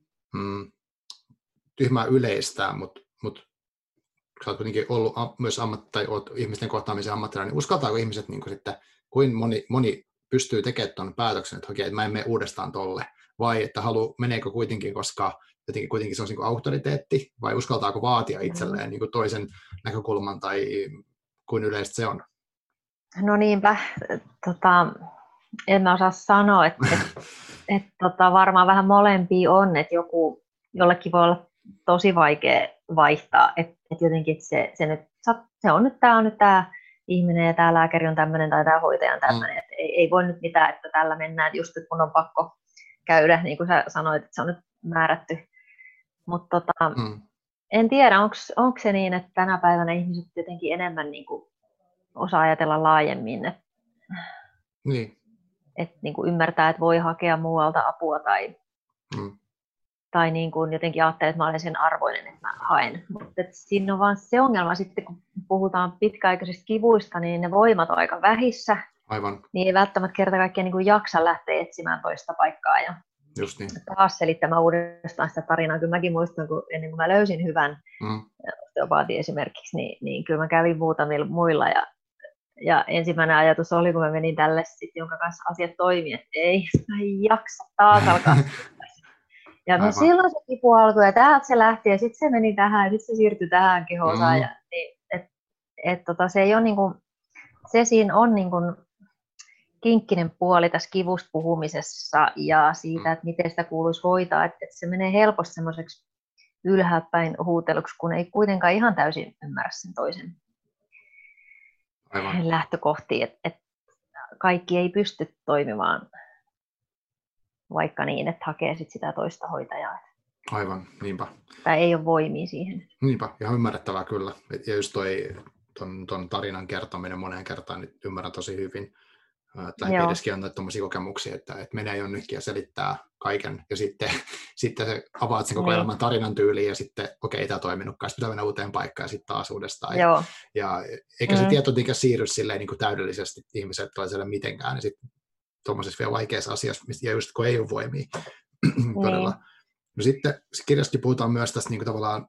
tyhmää yleistää, mutta sä oot kuitenkin ollut myös oot ihmisten kohtaamisen ammattilainen, niin uskaltaako ihmiset niin kuin sitten, kuin moni pystyy tekemään tuon päätöksen, että okei, mä en mene uudestaan tolle, vai että meneekö kuitenkin, koska jotenkin kuitenkin se on niin kuin auktoriteetti, vai uskaltaako vaatia itselleen niin kuin toisen näkökulman, tai kuin yleistä se on? No niinpä, en mä osaa sanoa, että varmaan vähän molempia on, että jollekin voi olla tosi vaikea vaihtaa, että jotenkin tämä on nyt tämä ihminen ja tämä lääkäri on tämmöinen tai tämä hoitaja on tämmöinen, että ei voi nyt mitään, että tällä mennään, että just että mun on pakko käydä, niin kuin sä sanoit, että se on nyt määrätty, mutta en tiedä, onko se niin, että tänä päivänä ihmiset jotenkin enemmän niin kuin osaa ajatella laajemmin, että niin kuin ymmärtää, että voi hakea muualta apua tai niin kuin jotenkin ajattelee, että mä olen sen arvoinen, että mä haen. Mutta siinä on vaan se ongelma sitten, kun puhutaan pitkäaikaisista kivuista, niin ne voimat on aika vähissä. Aivan. Niin ei välttämättä kerta kaikkiaan niin kuin jaksa lähteä etsimään toista paikkaa. Ja just niin. Taas selittämään uudestaan sitä tarinaa. Kyllä mäkin muistan, kun ennen kuin mä löysin hyvän osteopaatin esimerkiksi, niin kyllä mä kävin muutamilla muilla. Ja ensimmäinen ajatus oli, kun mä menin tälle, jonka kanssa asiat toimii, että ei, mä en jaksa taas alkaa. Ja no silloin se kipu alkoi ja täältä se lähti ja sitten se meni tähän ja sitten se siirtyi tähän kehoosaan. Se ei ole niinku, se siinä on niinku kinkkinen puoli tässä kivusta puhumisessa ja siitä, että miten sitä kuuluisi hoitaa. Että se menee helposti semmoiseksi ylhääpäin huuteluksi, kun ei kuitenkaan ihan täysin ymmärrä sen toisen Aivan. lähtökohtia, että kaikki ei pysty toimimaan vaikka niin, että hakee sit sitä toista hoitajaa. Aivan, niinpä. Tai ei ole voimia siihen. Niinpä, ihan ymmärrettävää kyllä. Ja just ton tarinan kertominen moneen kertaan nyt ymmärrän tosi hyvin. Lähipiirissäkin on tuommoisia kokemuksia, että menee jonnekin ja selittää kaiken, ja sitten se avaat sen koko elämän tarinan tyyliin, ja sitten okei, tämä toiminutkaan, sitten pitää mennä uuteen paikkaan, ja sitten taas uudestaan. Ja eikä se tieto siirry silleen niin kuin täydellisesti ihmiset tällaiselle mitenkään, ja sitten tuommoisessa vielä vaikeassa asiassa, ja just kun ei ole voimia todella. No sitten kirjassakin puhutaan myös tästä niin kuin tavallaan,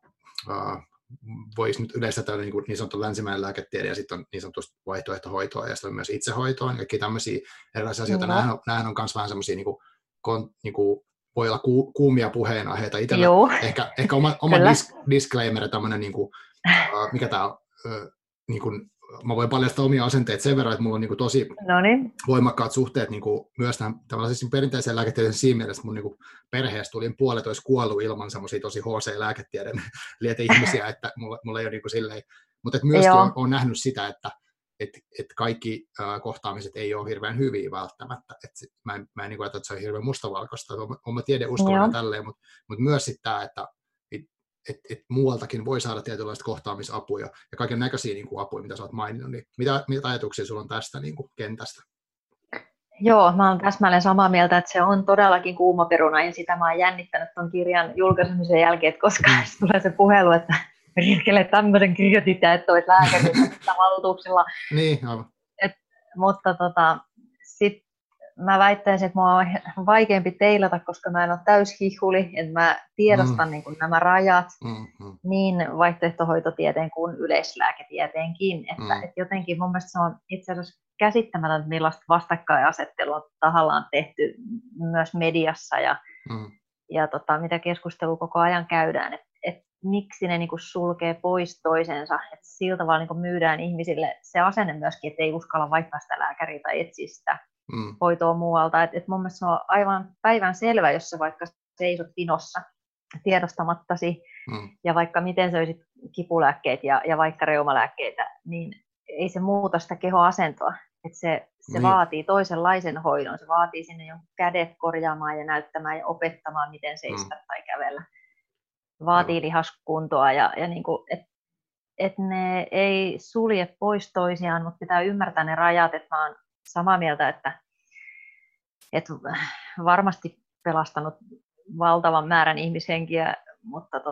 voisi nyt yleistää niin sanottu länsimäinen lääketiede, ja sitten on niin sanotusti vaihtoehtohoitoa, ja sitten on myös itsehoitoa, ja kaikki tämmöisiä erilaisia asioita. Nämähän on myös vähän semmoisia, niin kuin, voi olla kuumia puheenaiheita itsellä. Ehkä oma disclaimer, tämmöinen, niin kuin, mikä tämä on, niin kuin, mä voin paljastaa omia asenteita sen verran, että mulla on niin kuin tosi voimakkaat suhteet niin kuin myös tämmöisen perinteiseen lääketieteen siinä mielessä, mun niin kuin perheestä tuli puolet olisi kuollut ilman semmoisia tosi HC-lääketieteen liete-ihmisiä, että mulla ei ole niin kuin silleen, mutta myöskin on nähnyt sitä, että kaikki kohtaamiset ei ole hirveän hyviä välttämättä. Mä en niin kuin ajatella, että se on hirveän mustavalkoista, olen tiedeuskollinen tälleen, mutta myös sitten tämä, että muualtakin voi saada tietynlaista kohtaamisapua ja kaiken näköisiä niin kuin apuja, mitä sä oot maininnut. Niin mitä ajatuksia sulla on tästä niin kuin kentästä? Joo, mä olen täsmälleen samaa mieltä, että se on todellakin kuuma peruna, ja sitä mä oon jännittänyt ton kirjan julkaisemisen jälkeen, että koska tulee se puhelu, että Riekele tämmöisen kirjoitit ja että olet lääkäri valtuuksilla. Niin, aivan. Mutta sitten mä väittäisin, että mua on vaikeampi teilata, koska mä en ole täyshihuli, että mä tiedostan niin kuin nämä rajat niin vaihtoehtohoitotieteen kuin yleislääketieteenkin. Että jotenkin mun mielestä se on itse asiassa käsittämätöntä, millaista vastakkainasettelua tahallaan tehty myös mediassa ja mitä keskustelua koko ajan käydään. Että miksi ne niin kuin sulkee pois toisensa, että sillä tavalla niin kuin myydään ihmisille se asenne myöskin, että ei uskalla vaihtaa sitä lääkäriä tai etsiä sitä hoitoa muualta. Et mun mielestä se on aivan päivän selvä, jos sä vaikka seisot vinossa tiedostamattasi ja vaikka miten söisit kipulääkkeet ja vaikka reumalääkkeitä, niin ei se muuta sitä kehoasentoa. Et se vaatii toisenlaisen hoidon, se vaatii sinne jonkun kädet korjaamaan ja näyttämään ja opettamaan, miten seistä tai kävellä. Vaatii lihaskuntoa ja niinku, että ne ei sulje pois toisiaan, mutta pitää ymmärtää ne rajat, että mä oon samaa mieltä, että varmasti pelastanut valtavan määrän ihmishenkiä, mutta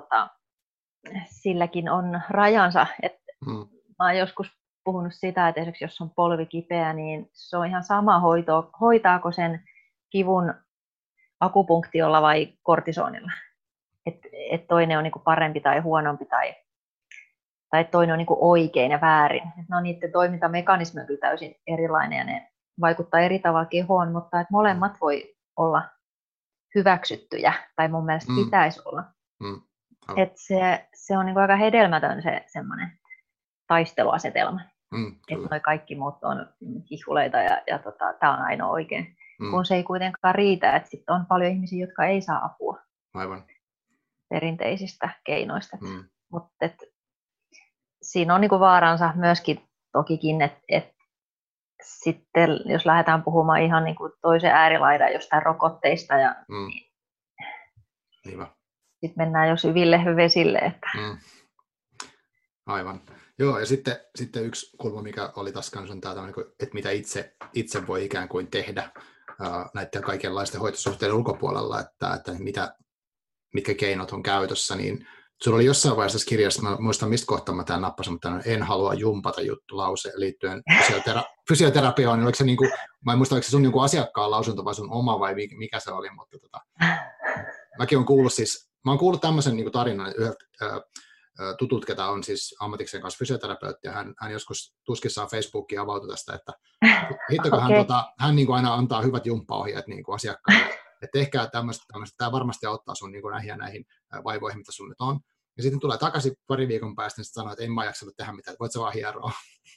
silläkin on rajansa. Mä oon joskus puhunut sitä, että esimerkiksi jos on polvi kipeä, niin se on ihan sama hoitaako sen kivun akupunktiolla vai kortisonilla. Et toinen on niinku parempi tai huonompi tai toinen on niinku oikein ja väärin. No, niiden toimintamekanismi on kyllä täysin erilainen ja ne vaikuttaa eri tavalla kehoon, mutta että molemmat voi olla hyväksyttyjä, tai mun mielestä pitäisi olla. Että se on niinku aika hedelmätön se semmoinen taisteluasetelma. Että noi kaikki muut on hihuleita ja tämä on ainoa oikein. Kun se ei kuitenkaan riitä, että sitten on paljon ihmisiä, jotka ei saa apua. Aivan. Perinteisistä keinoista. Mutta siinä on niinku vaaransa myöskin tokikin, että sitten jos lähdetään puhumaan ihan niinku toisen äärilaidan jostain rokotteista, niin sitten mennään jo syville vesille. Että. Aivan. Joo, ja sitten yksi kulma, mikä oli taas kanssa, on tämä, että mitä itse voi ikään kuin tehdä näiden kaikenlaisten hoitosuhteiden ulkopuolella, että mitkä keinot on käytössä, niin sulla oli jossain vaiheessa kirjassa, mä muistan mistä kohtaa mä tämän nappasin, mutta en halua jumpata lause liittyen fysioterapiaan, niin oliko se niin kuin, mä en muista, oliko se sun niin asiakkaan lausunto vai sun oma vai mikä se oli, mutta mäkin olen kuullut mä oon kuullut tämmöisen niin kuin tarinan yhdeltä tutut, ketä on siis ammatikseen kanssa fysioterapeutti, ja hän joskus tuskissaan Facebookiin avautui tästä, että hittokohan hän niin kuin aina antaa hyvät jumppaohjeet niin kuin asiakkaille, että ehkä tämmöistä, tämä varmasti auttaa sun niin kuin näihin vaivoihin, mitä sun nyt on. Ja sitten tulee takaisin pari viikon päästä, niin sitten sanoo, että en mä jaksanut tehdä mitään, että voit sä vaan hieroa.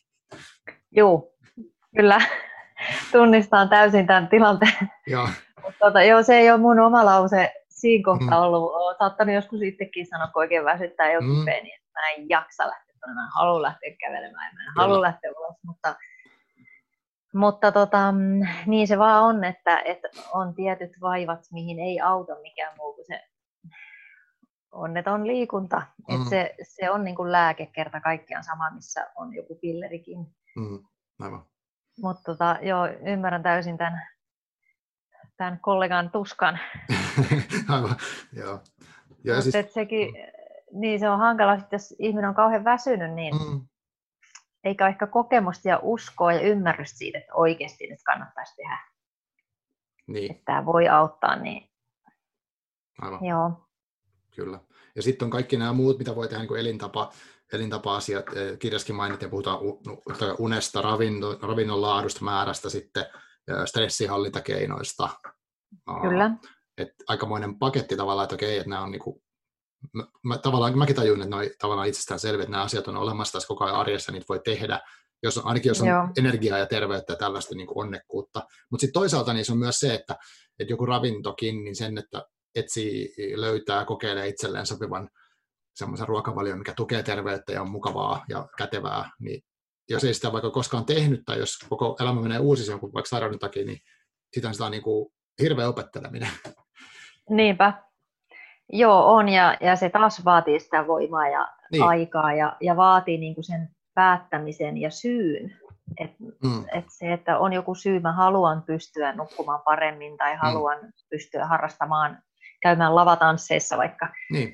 Joo, kyllä. Tunnistan täysin tämän tilanteen. Joo. Mutta se ei ole mun oma lause. siinä kohtaa ollut, olen saattanut joskus itsekin sanoa, kun oikein väsyttää jo kipeä, niin mä en jaksa lähteä tuonne, mä en halua lähteä kävelemään, mä en halua lähteä ulos, mutta niin se vaan on, että on tietyt vaivat, mihin ei auta mikään muu kuin se onneton liikunta. Että se on niin kuin lääke kerta kaikkiaan sama, missä on joku pillerikin. Aivan. Mutta joo, ymmärrän täysin tämän kollegan tuskan. Aivan, joo. Mutta siis sekin, niin se on hankala, jos ihminen on kauhean väsynyt, niin eikä ehkä kokemusta ja uskoa ja ymmärrystä siitä, että oikeasti nyt kannattaisi tehdä. Niin. Että tämä voi auttaa, niin aivan. Joo. Kyllä. Ja sitten on kaikki nämä muut, mitä voi tehdä, niin kuin elintapa-asiat. Kirjaskin mainittiin, puhutaan unesta, ravinnon laadusta, määrästä, sitten stressinhallintakeinoista. Kyllä. Että aikamoinen paketti tavallaan, että okei, että nämä on niin kuin, mäkin tajun, että ne on tavallaan itsestään selviä, että nämä asiat on olemassa tässä koko ajan arjessa, niitä voi tehdä, ainakin jos on energiaa ja terveyttä ja tällaista niin kuin onnekkuutta. Mutta sitten toisaalta niin se on myös se, että joku ravintokin, niin sen, että etsii, löytää, kokeilee itselleen sopivan semmoisen ruokavalion, mikä tukee terveyttä ja on mukavaa ja kätevää, niin jos ei sitä vaikka koskaan tehnyt, tai jos koko elämä menee uusiksi jonkun vaikka sairauden takia, niin sitä on niin kuin hirveä opetteleminen. Niinpä. Joo, on, ja se taas vaatii sitä voimaa ja aikaa, ja vaatii niin kuin sen päättämisen ja syyn. Että on joku syy, mä haluan pystyä nukkumaan paremmin, tai haluan pystyä harrastamaan, käymään lavatansseissa vaikka. Niin.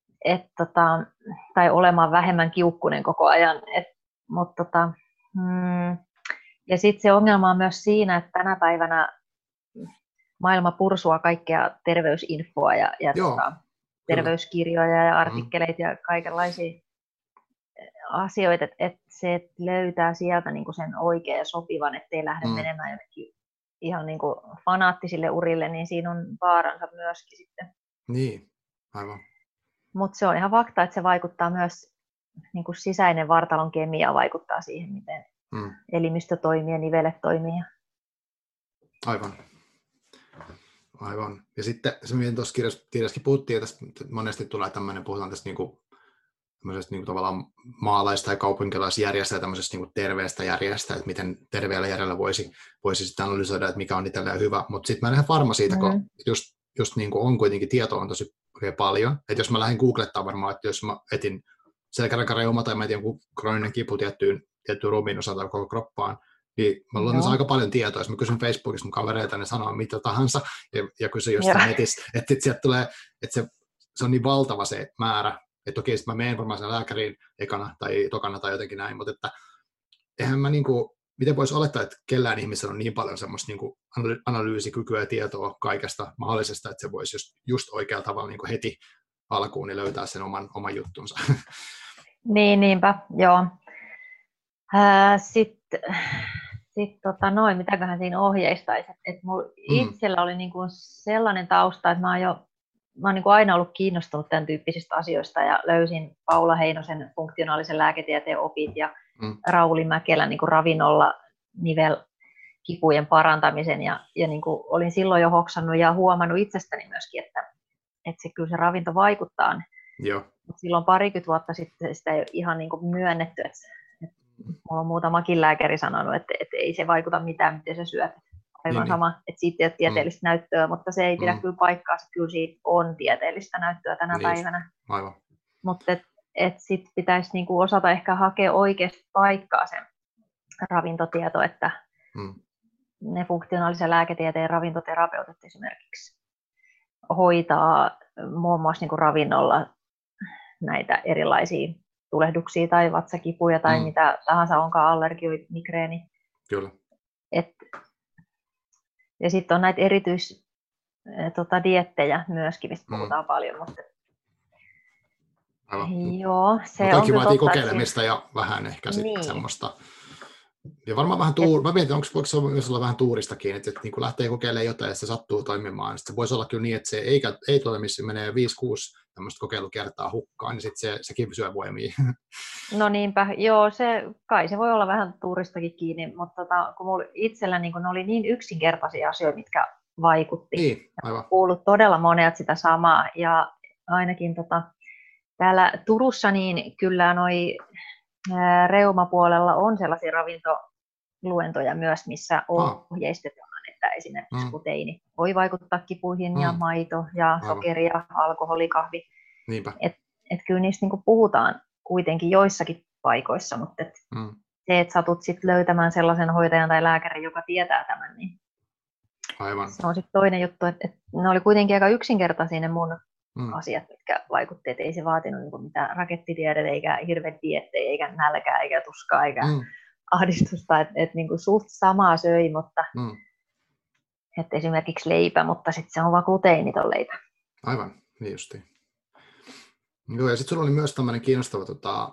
Tai olemaan vähemmän kiukkunen koko ajan. Ja sitten se ongelma on myös siinä, että tänä päivänä maailma pursuaa kaikkea terveysinfoa ja terveyskirjoja ja artikkeleita ja kaikenlaisia asioita, että se löytää sieltä niinku sen oikean ja sopivan, ettei lähde menemään jonnekin ihan niinku fanaattisille urille, niin siinä on vaaransa myöskin sitten. Niin, aivan. Mutta se on ihan fakta, että se vaikuttaa myös, niinku sisäinen vartalon kemia vaikuttaa siihen, miten elimistö toimii ja nivelet toimii. Aivan. Ja sitten se, miten tuossa kirjassakin puhuttiin, että monesti tulee tämmöinen, puhutaan tästä niinku tavallaan maalais- tai kaupunkilaisjärjestä ja tämmöisestä niinku terveestä järjestä, että miten terveellä järjellä voisi sitten analysoida, että mikä on itselleen hyvä. Mutta sitten mä lähden varma siitä, kun just niin kuin on kuitenkin tietoa on tosi paljon. Että jos mä lähden googlettaa varmaan, että jos mä etin selkärankareuma tai mä etin joku krooninen kipu tiettyyn ruumiin osalta koko kroppaan, niin mä luulen aika paljon tietoa. Jos mä kysyn Facebookissa mun kavereita, ne sanoo mitä tahansa ja kysyn jostain netissä, että sieltä tulee, että se on niin valtava se määrä, että okei, sitten mä menen varmaan sen lääkäriin ekana tai tokana tai jotenkin näin, mutta että eihän mä niinku, miten voisi olettaa, että kellään ihmisellä on niin paljon semmoista niinku analyysikykyä ja tietoa kaikesta mahdollisesta, että se voisi just oikealla tavalla niinku heti alkuun niin löytää sen oman juttunsa. Niinpä, joo. Sitten mitäköhän siinä ohjeistaisi, että mulla itsellä oli niinku sellainen tausta, että mä oon niin kuin aina ollut kiinnostunut tämän tyyppisistä asioista ja löysin Paula Heinosen funktionaalisen lääketieteen opit ja Rauli Mäkelän niin kuin ravinnolla nivelkipujen parantamisen ja niin kuin olin silloin jo hoksannut ja huomannut itsestäni myöskin, että kyllä se ravinto vaikuttaa. Joo. Silloin 20 vuotta sitten sitä ei ole ihan niin kuin myönnetty, että mulla on muutamakin lääkäri sanonut, että ei se vaikuta mitään, miten sä syöt. Aivan sama, että siitä ei ole tieteellistä näyttöä, mutta se ei pidä kyllä paikkaa, että kyllä siitä on tieteellistä näyttöä tänä päivänä. Aivan. Mutta sitten pitäisi niinku osata ehkä hakea oikeasti paikkaa sen ravintotieto, että ne funktionaalisen lääketieteen ravintoterapeutit esimerkiksi hoitaa muun muassa niinku ravinnolla näitä erilaisia tulehduksia tai vatsakipuja tai mitä tahansa onkaan, allergioita, migreeni. Kyllä. Ja sitten on näitä diettejä myöskin, mistä puhutaan paljon. Mutta joo, se kaikki on vaatii kokeilemista ja vähän ehkä sitten semmoista. Ja varmaan vähän mä mietin, voiko se myös olla vähän tuuristakin, että niin kun lähtee kokeilemaan jotain ja se sattuu toimimaan, niin se voisi olla kyllä niin, että se ei toimi, missä menee 5-6 tämmöistä kokeilukertaa hukkaan, niin sitten sekin pysyy voimia. No niinpä, joo, kai se voi olla vähän tuuristakin kiinni, mutta kun mulla itsellä niin kun oli niin yksinkertaisia asioita, mitkä vaikutti. Niin, aivan. Olen kuullut todella monet sitä samaa, ja ainakin täällä Turussa niin kyllä noi reumapuolella on sellaisia ravintoluentoja myös, missä ohjeistetaan, että esimerkiksi gluteini voi vaikuttaa kipuihin ja maito ja sokeri ja alkoholi, kahvi. Et kyllä niistä niinku puhutaan kuitenkin joissakin paikoissa, mutta se, että satut sit löytämään sellaisen hoitajan tai lääkärin, joka tietää tämän, niin aivan. Se on sitten toinen juttu, että ne oli kuitenkin aika yksinkertaisia ne mun asiat, mitkä vaikuttivat. Ei se vaatinut niinku mitään rakettitiedettä, eikä hirveä dieettejä, eikä nälkää, eikä tuskaa, eikä ahdistusta. Et niinku suht samaa söi, mutta et esimerkiksi leipä, mutta sitten se on vaan gluteiniton leipä. Aivan, niin justiin. Joo, ja sitten sulla oli myös tämmöinen kiinnostava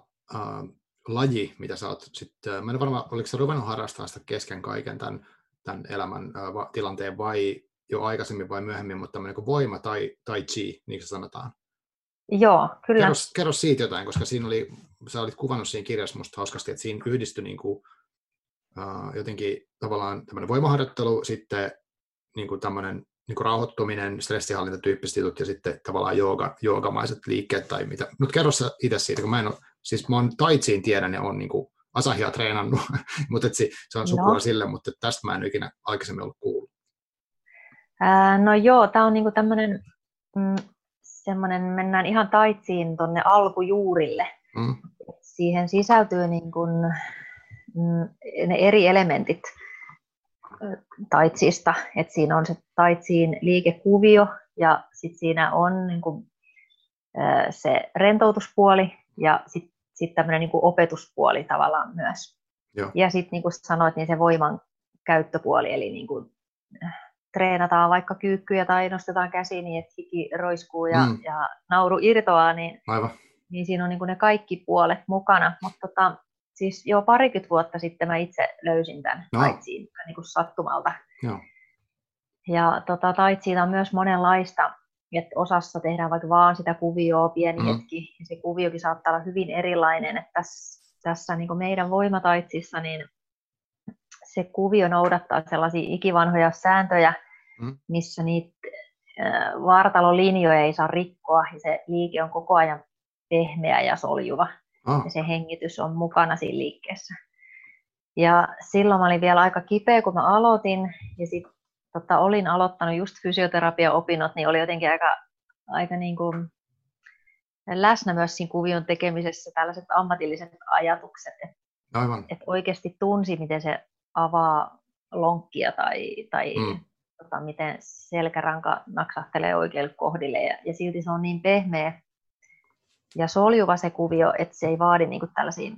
laji, mitä sä oot sitten, mä en varmaan, oliko sä ruvennut harrastamaan sitä kesken kaiken tämän elämän tilanteen vai jo aikaisemmin vai myöhemmin, mutta tämmöinen kuin voima tai chi, niin kuin sanotaan. Joo, kyllä. Kerro siitä jotain, koska sä olit kuvannut siinä kirjassa musta hauskasti, että siinä yhdistyi niin kuin, jotenkin tavallaan tämmöinen voimaharjoittelu, sitten niin kuin tämmöinen niin kuin rauhoittuminen, stressihallintatyyppiset jutut ja sitten tavallaan joogamaiset liikkeet tai mitä. Mutta kerro sä itse siitä, kun mä oon tai chiin tiedän ja on niin kuin Asahia treenannut, mutta se on sukua sille, mutta tästä mä en ikinä aikaisemmin ollut kuullut. No joo, tää on niinku tämmönen semmoinen, mennään ihan tai chiin tonne alkujuurille. Siihen sisältyy niinku ne eri elementit tai chiista, että siinä on se tai chiin liikekuvio ja sitten siinä on niinku se rentoutuspuoli ja sitten tämmöinen niinku opetuspuoli tavallaan myös. Joo. Ja sitten niin kuin sanoit, niin se voiman käyttöpuoli, eli niin kuin treenataan vaikka kyykkyjä tai nostetaan käsiä niin, että hiki roiskuu ja nauru irtoaa, niin siinä on niin kuin ne kaikki puolet mukana. Mutta siis jo 20 vuotta sitten mä itse löysin tämän tai chiin niin kuin sattumalta. Joo. Ja tai chiita on myös monenlaista. Että osassa tehdään vaikka vaan sitä kuvioa pieni hetki, ja se kuviokin saattaa olla hyvin erilainen. Että tässä niin kuin meidän voimataitsissa, niin se kuvio noudattaa sellaisia ikivanhoja sääntöjä, missä niitä vartalolinjoja ei saa rikkoa, ja se liike on koko ajan pehmeä ja soljuva, ja se hengitys on mukana siinä liikkeessä. Ja silloin mä olin vielä aika kipeä, kun mä aloitin, ja sitten olin aloittanut just fysioterapiaopinnot, niin oli jotenkin aika niin kuin läsnä myös siinä kuvion tekemisessä tällaiset ammatilliset ajatukset, että oikeasti tunsi, miten se avaa lonkkia tai miten selkäranka naksahtelee oikeille kohdille ja silti se on niin pehmeä ja soljuva se kuvio, että se ei vaadi niin kuin tällaisia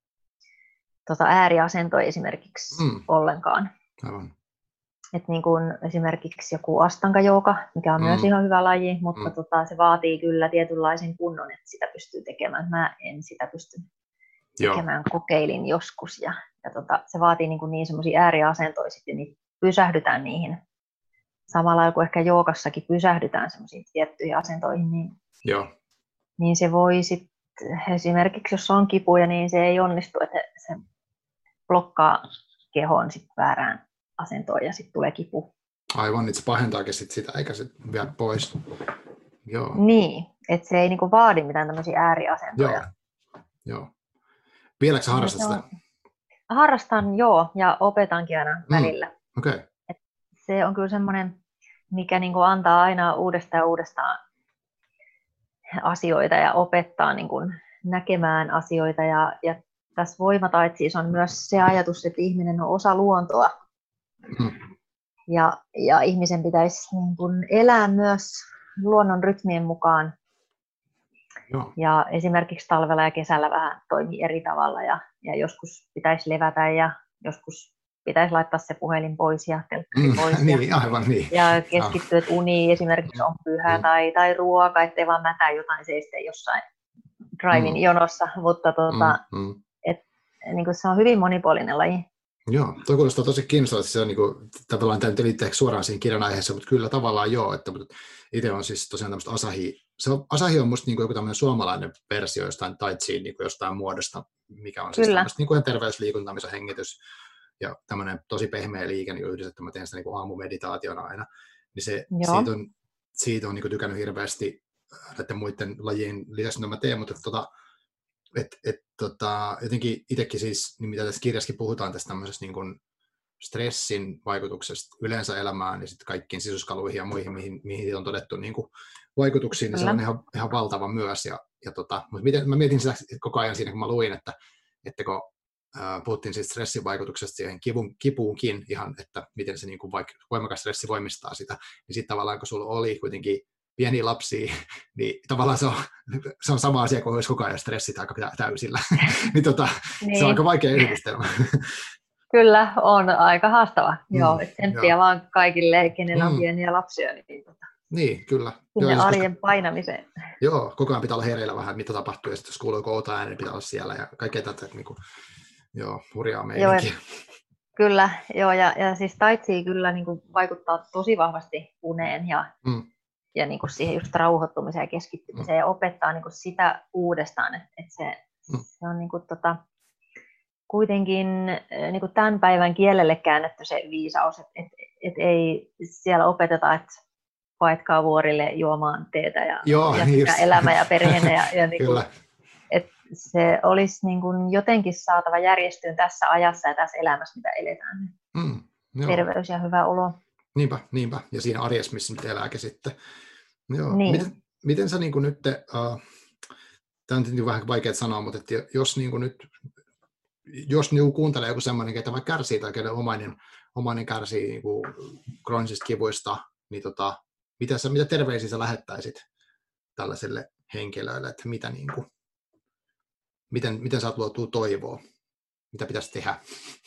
ääriasentoja esimerkiksi ollenkaan. Aivan. Et niin kuin esimerkiksi joku astanga-jooga, mikä on myös ihan hyvä laji, mutta se vaatii kyllä tietynlaisen kunnon, että sitä pystyy tekemään. Mä en sitä pysty tekemään, kokeilin joskus. Ja se vaatii niin semmoisia ääriasentoja, ja niin pysähdytään niihin. Samalla lailla kuin ehkä joogassakin pysähdytään semmoisiin tiettyihin asentoihin, niin se voi sitten esimerkiksi, jos on kipuja, niin se ei onnistu, että se blokkaa kehon sit väärään asentoon ja sitten tulee kipu. Aivan, niin se pahentaakin sitä eikä se vielä pois. Joo. Niin, että se ei niinku vaadi mitään tämmöisiä ääriasentoja. Joo. Vieläkö sä harrastat sitä? Harrastan ja opetankin aina välillä. Okay. Se on kyllä semmoinen, mikä niinku antaa aina uudestaan ja uudestaan asioita ja opettaa niinku näkemään asioita. Ja tässä voimataitsiissa on myös se ajatus, että ihminen on osa luontoa. Ja ihmisen pitäisi niin kuin elää myös luonnon rytmien mukaan. Joo. Ja esimerkiksi talvella ja kesällä vähän toimii eri tavalla. Ja joskus pitäisi levätä ja joskus pitäisi laittaa se puhelin pois ja telkkari pois. Niin, aivan niin. Ja keskittyä, että uni esimerkiksi on pyhä tai ruoka, ettei vaan mätää jotain seistä jossain drive-in jonossa. Mutta niin kuin se on hyvin monipuolinen laji. Joo, tuo kuulostaa tosi kiinnostavasti. Se on niin kuin, tavallaan tämä ei liittyy suoraan siihen kirjan aiheeseen, mutta kyllä tavallaan joo. Että itse on siis tosiaan tämmöistä Asahi on musta niin kuin joku tämmöinen suomalainen versio jostain tai chiin niin kuin jostain muodosta, mikä on siis tämmöistä niin kuin terveysliikunta, missä hengitys ja tämmöinen tosi pehmeä liike niin yhdistetty. Mä teen sitä niin kuin aamumeditaationa aina. niin Joo. siitä on niin kuin tykännyt hirveästi näiden muiden lajien lisäksi, mitä mä teen, mutta jotenkin itsekin siis, niin mitä tässä kirjassakin puhutaan tästä tämmöisestä niin kuin stressin vaikutuksesta yleensä elämään ja sitten kaikkiin sisuskaluihin ja muihin, mihin on todettu niin kuin vaikutuksiin, niin se on ihan valtava myös. Mutta mä mietin sitä koko ajan siinä, kun mä luin, että kun puhuttiin siitä stressin vaikutuksesta siihen kipuunkin ihan, että miten se niin kuin voimakas stressi voimistaa sitä, niin sitten tavallaan kun sulla oli kuitenkin pieniä lapsia, niin tavallaan se on sama asia kuin olisi koko ajan stressit aika täysillä. niin niin. Se on aika vaikea yhdistelmä. Kyllä, on aika haastava. Joo, tsemppiä vaan kaikille, kenellä on pieniä lapsia. Niin, kyllä. Sinne arjen painamiseen. Joo, koko ajan pitää olla hereillä vähän, mitä tapahtuu, ja sitten jos kuuluu joku outo ääni, niin pitää olla siellä, ja kaikkea tätä, niin kuin, hurjaa meininkiä. Kyllä, joo, ja siis tai chi kyllä niin kuin vaikuttaa tosi vahvasti uneen, ja niin kuin siihen just rauhoittumiseen ja keskittymiseen, ja opettaa niin kuin sitä uudestaan, että se on niin kuin kuitenkin niin kuin tämän päivän kielelle käännetty se viisaus, että ei siellä opeteta, että paetkaa vuorille juomaan teetä ja elämä ja perheenä. Ja niin kuin, että se olisi niin kuin jotenkin saatava järjestyyn tässä ajassa ja tässä elämässä, mitä eletään. Terveys ja hyvä olo. Niinpä. Ja siinä arjessa, missä nyt elääkin sitten. Joo. Niin. Miten sä niin kuin nyt, tämä on vähän vaikea sanoa, mutta että jos niin kuin nyt jos niin kuuntelee joku semmoinen, että vaikka kärsii tai kenen omainen kärsii niin kroonisista kivuista, niin mitä terveisiä sä lähettäisit tällaiselle henkilölle, että miten saat luotua toivoa? Mitä pitäisi tehdä?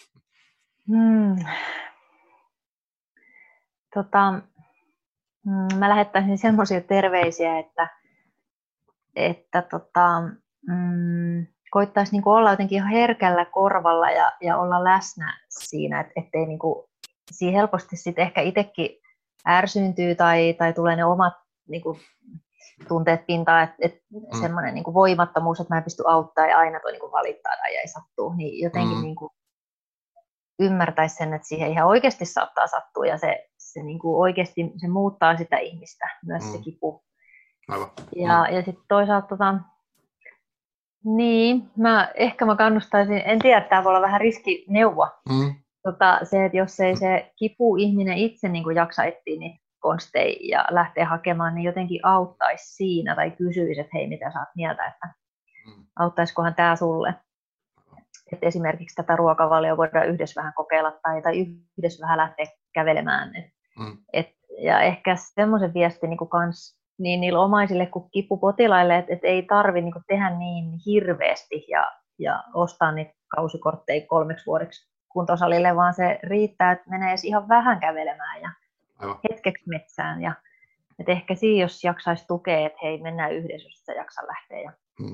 Mä lähettäisin semmoisia terveisiä, että koittaisi niinku olla jotenkin ihan herkällä korvalla ja olla läsnä siinä, ettei niinku, siihen helposti sit ehkä itsekin ärsyyntyy tai tulee ne omat niinku, tunteet pintaan, että semmoinen niinku voimattomuus, että mä en pysty auttamaan ja aina toi niinku valittaa tai ei sattuu, niin jotenkin niinku ymmärtäisi sen, että siihen ihan oikeasti saattaa sattua ja se niinku oikeasti se muuttaa sitä ihmistä, myös se kipu. Aivan. Ja sitten toisaalta niin, mä kannustaisin, en tiedä, tämä voi olla vähän riskineuvo. Se, että jos ei se kipu ihminen itse niin kuin jaksa etsiä niitä konsteja ja lähtee hakemaan, niin jotenkin auttaisi siinä tai kysyisi, että hei, mitä sä oot mieltä, että auttaisikohan tämä sulle. Että esimerkiksi tätä ruokavalioa voidaan yhdessä vähän kokeilla tai yhdessä vähän lähteä kävelemään. Ja ehkä semmoisen viestin niin kuin kans niin niillä omaisille kuin kipupotilaille, että ei tarvitse niin tehdä niin hirveästi ja ostaa niitä kausikortteja 3 vuodeksi kuntosalille, vaan se riittää, että menee ihan vähän kävelemään ja hetkeksi metsään. Ja että ehkä siinä, jos jaksaisi tukea, että hei, mennään yhdessä, jos sä jaksa lähteä.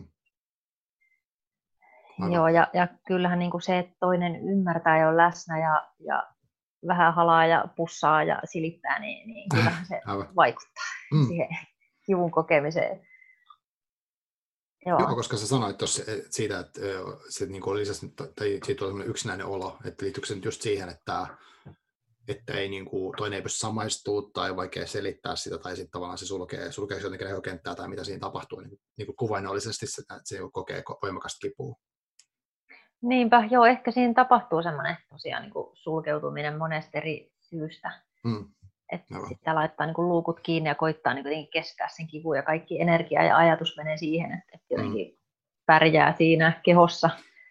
Joo, ja kyllähän niin kuin se, että toinen ymmärtää ja on läsnä ja vähän halaa ja pussaa ja silittää, niin kyllähän se vaikuttaa siihen kivun kokemiseen. Joo, koska sä sanoit siitä, että se niin kuin lisäsi, tai siitä oli yksinäinen olo, että liittyykö se nyt just siihen, että ei, niin kuin, toinen ei pysty samaistua tai vaikea selittää sitä, tai sitten tavallaan se sulkee jotenkin rehokenttää tai mitä siinä tapahtuu, niin kuin kuvainnollisesti, että se kokee voimakasta kipua. Niinpä, joo, ehkä siinä tapahtuu semmoinen tosiaan niin kuin sulkeutuminen monesta eri syystä. Että sitten laittaa niin kuin luukut kiinni ja koittaa niin kestää sen kivun ja kaikki energia ja ajatus menee siihen, että jotenkin pärjää siinä kehossa.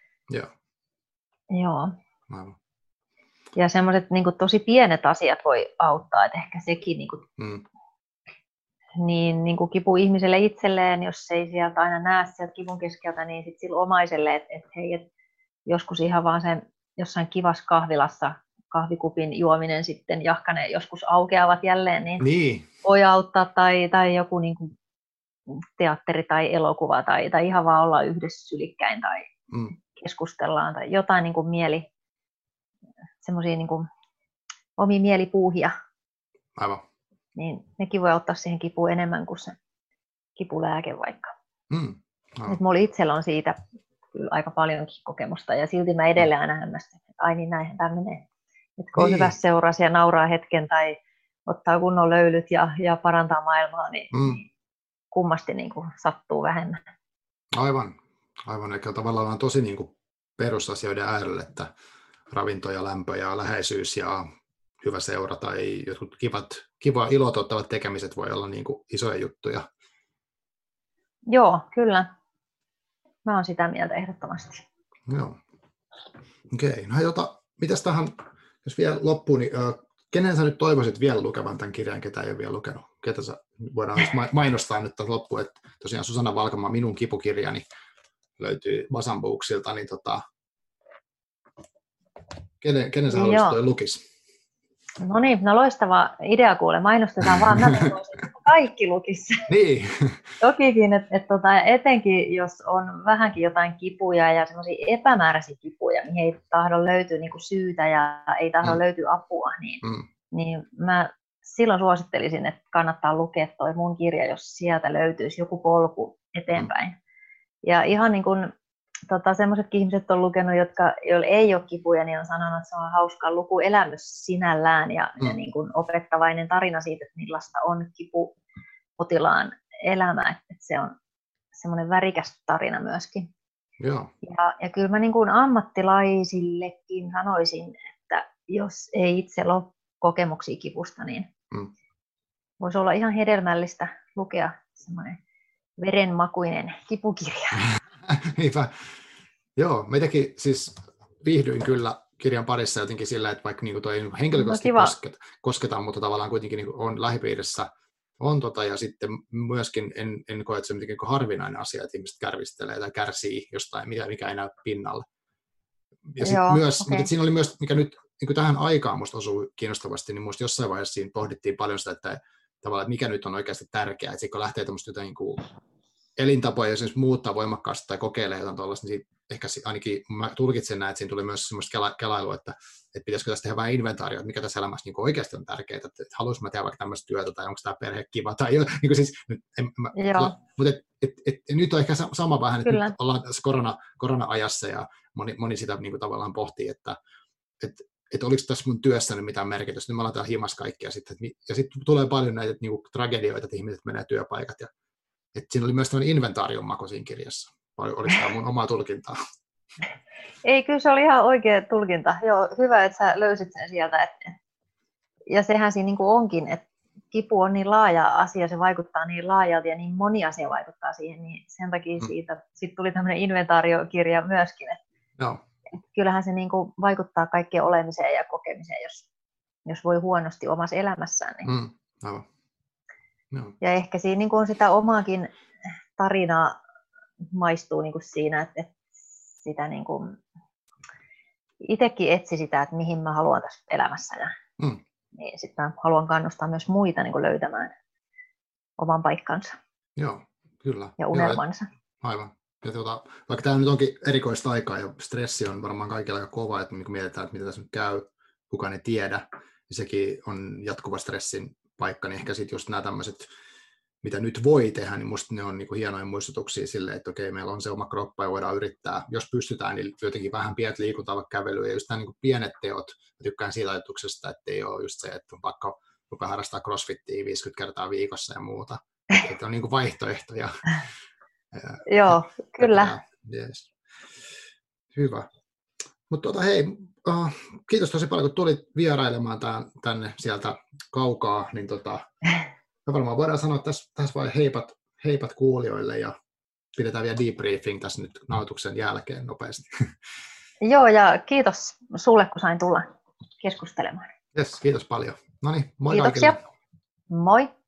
Joo. Ja semmoiset niin kuin tosi pienet asiat voi auttaa, että ehkä sekin niin kuin kipu ihmiselle itselleen, jos ei sieltä aina näe sieltä kivun keskeltä, niin sitten sillä omaiselle, että hei, että joskus ihan vaan sen jossain kivassa kahvilassa kahvikupin juominen sitten, jahka ne joskus aukeavat jälleen, niin voi auttaa, tai joku niin kuin teatteri tai elokuva, tai ihan vaan olla yhdessä sylikkäin, tai keskustellaan, tai jotain niin kuin semmoisia niin kuin omia mielipuuhia. Aivan. Niin nekin voi auttaa siihen kipuun enemmän kuin se kipulääke vaikka. Mulla itsellä on siitä kyllä aika paljonkin kokemusta, ja silti mä edelleen aina hämmästyn, että ai niin näinhän tämä menee. Että kun on hyvässä seurassa ja nauraa hetken tai ottaa kunnon löylyt ja parantaa maailmaa, niin Mm. kummasti niin kuin sattuu vähemmän. Aivan. Eikä tavallaan on tosi niin kuin perusasioiden äärelle, että ravinto ja lämpö ja läheisyys ja hyvä seura tai jotkut kiva ilotuottavat tekemiset voi olla niin kuin isoja juttuja. Joo, kyllä. Mä oon sitä mieltä ehdottomasti. Joo. Okei. No mitäs tähän, jos vielä loppuun, niin kenen sä nyt toivoisit vielä lukevan tämän kirjan, ketä ei ole vielä lukenut? Voidaan mainostaa nyt tämän loppuun, että tosiaan Susanna Valkamaa, minun kipukirjani, löytyy Vasan Booksilta, niin kenen sä haluaisit toi lukis? No niin, no loistava idea kuule, mainostetaan vaan, mä toivoisin, että kaikki lukisi. Niin. Tokikin, että etenkin jos on vähänkin jotain kipuja ja semmoisia epämääräisiä kipuja, mihin ei tahdo löytyä niinku syytä ja ei tahdo löytyä apua, niin mä silloin suosittelisin, että kannattaa lukea toi mun kirja, jos sieltä löytyisi joku polku eteenpäin. Ja ihan niin kuin semmoisetkin ihmiset on lukenut, joilla ei ole kipuja, niin on sanonut, että se on hauska lukuelämys sinällään ja niin kuin opettavainen tarina siitä, että millaista on kipu potilaan elämä, että se on semmoinen värikäs tarina myöskin. Joo. Ja kyllä mä niin kuin ammattilaisillekin sanoisin, että jos ei itse ole kokemuksia kipusta, niin voisi olla ihan hedelmällistä lukea semmoinen verenmakuinen kipukirja. Niinpä. Joo, meitäkin siis viihdyin kyllä kirjan parissa jotenkin sillä, että vaikka niin toi henkilökohtaisesti kosketaan, mutta tavallaan kuitenkin niin on lähipiirissä on ja sitten myöskin en koe, että se on mitenkään harvinainen asia, että ihmiset kärvistelee tai kärsii jostain, mikä ei näy pinnalle. Ja sitten myös, mutta siinä oli myös, mikä nyt niin tähän aikaan musta osui kiinnostavasti, niin musta jossain vaiheessa siinä pohdittiin paljon sitä, että tavallaan, että mikä nyt on oikeasti tärkeää, että kun lähtee tämmöistä jotain niin kuin elintapoja, jos esimerkiksi muuttaa voimakkaasti tai kokeilee jotain tuollaista, niin ehkä ainakin mä tulkitsen näin, että siinä tuli myös semmoista kelailua, että pitäisikö tästä tehdä vähän inventaaria, että mikä tässä elämässä niin oikeasti on tärkeää, että haluaisin mä tehdä vaikka tämmöistä työtä, tai onko tämä perhe kiva, tai niin kuin siis, mutta nyt on ehkä sama vähän, että nyt ollaan tässä korona-ajassa, ja moni sitä niin kuin tavallaan pohtii, että oliko tässä mun työssäni mitään merkitystä, nyt me ollaan täällä himas kaikki, ja sitten tulee paljon näitä niin kuin tragedioita, että ihmiset menee työpaikat, ja että siinä oli myös tämmöinen inventaarion mako siinä kirjassa. Oliko tämä mun omaa tulkintaa? Ei, kyllä se oli ihan oikea tulkinta. Joo, hyvä, että sä löysit sen sieltä. Ja sehän siinä niin kuin onkin, että kipu on niin laaja asia, se vaikuttaa niin laajalti ja niin moni asia vaikuttaa siihen, niin sen takia siitä sitten tuli tämmöinen inventaariokirja myöskin. Että kyllähän se niin kuin vaikuttaa kaikkeen olemiseen ja kokemiseen, jos voi huonosti omassa elämässään. Niin. No. Ja ehkä siinä niin kuin on sitä omaakin tarinaa maistuu niin kuin siinä, että sitä niin kuin itsekin etsi sitä, että mihin mä haluan tässä elämässä. Ja niin sitten mä haluan kannustaa myös muita niin kuin löytämään oman paikkansa. Joo, kyllä. Ja unelmansa. Aivan. Ja vaikka tämä nyt onkin erikoista aikaa ja stressi on varmaan kaikilla aika kova, että niin mietitään, että mitä tässä nyt käy, kukaan ei tiedä, niin sekin on jatkuva stressin paikka, niin ehkä sitten just nämä tämmöiset, mitä nyt voi tehdä, niin musta ne on niin kuin hienoja muistutuksia silleen, että okei, meillä on se oma kroppa ja voidaan yrittää, jos pystytään, niin jotenkin vähän pienet liikuntaa, vaikka kävelyä, ja just nämä niin kuin pienet teot, mä tykkään siitä ajatuksesta, että ei ole just se, että on pakko rupea harrastaa crossfittiä 50 kertaa viikossa ja muuta, että on niin kuin vaihtoehtoja. Joo, kyllä. Yes. Hyvä. Mutta hei, kiitos tosi paljon, kun tulit vierailemaan tänne sieltä kaukaa, niin me varmaan voidaan sanoa tässä vai heipat kuulijoille ja pidetään vielä debriefing tässä nyt nauhoituksen jälkeen nopeasti. Joo, ja kiitos sulle, kun sain tulla keskustelemaan. Yes, kiitos paljon. Noniin, moi Kiitoksia. kaikille. Moi.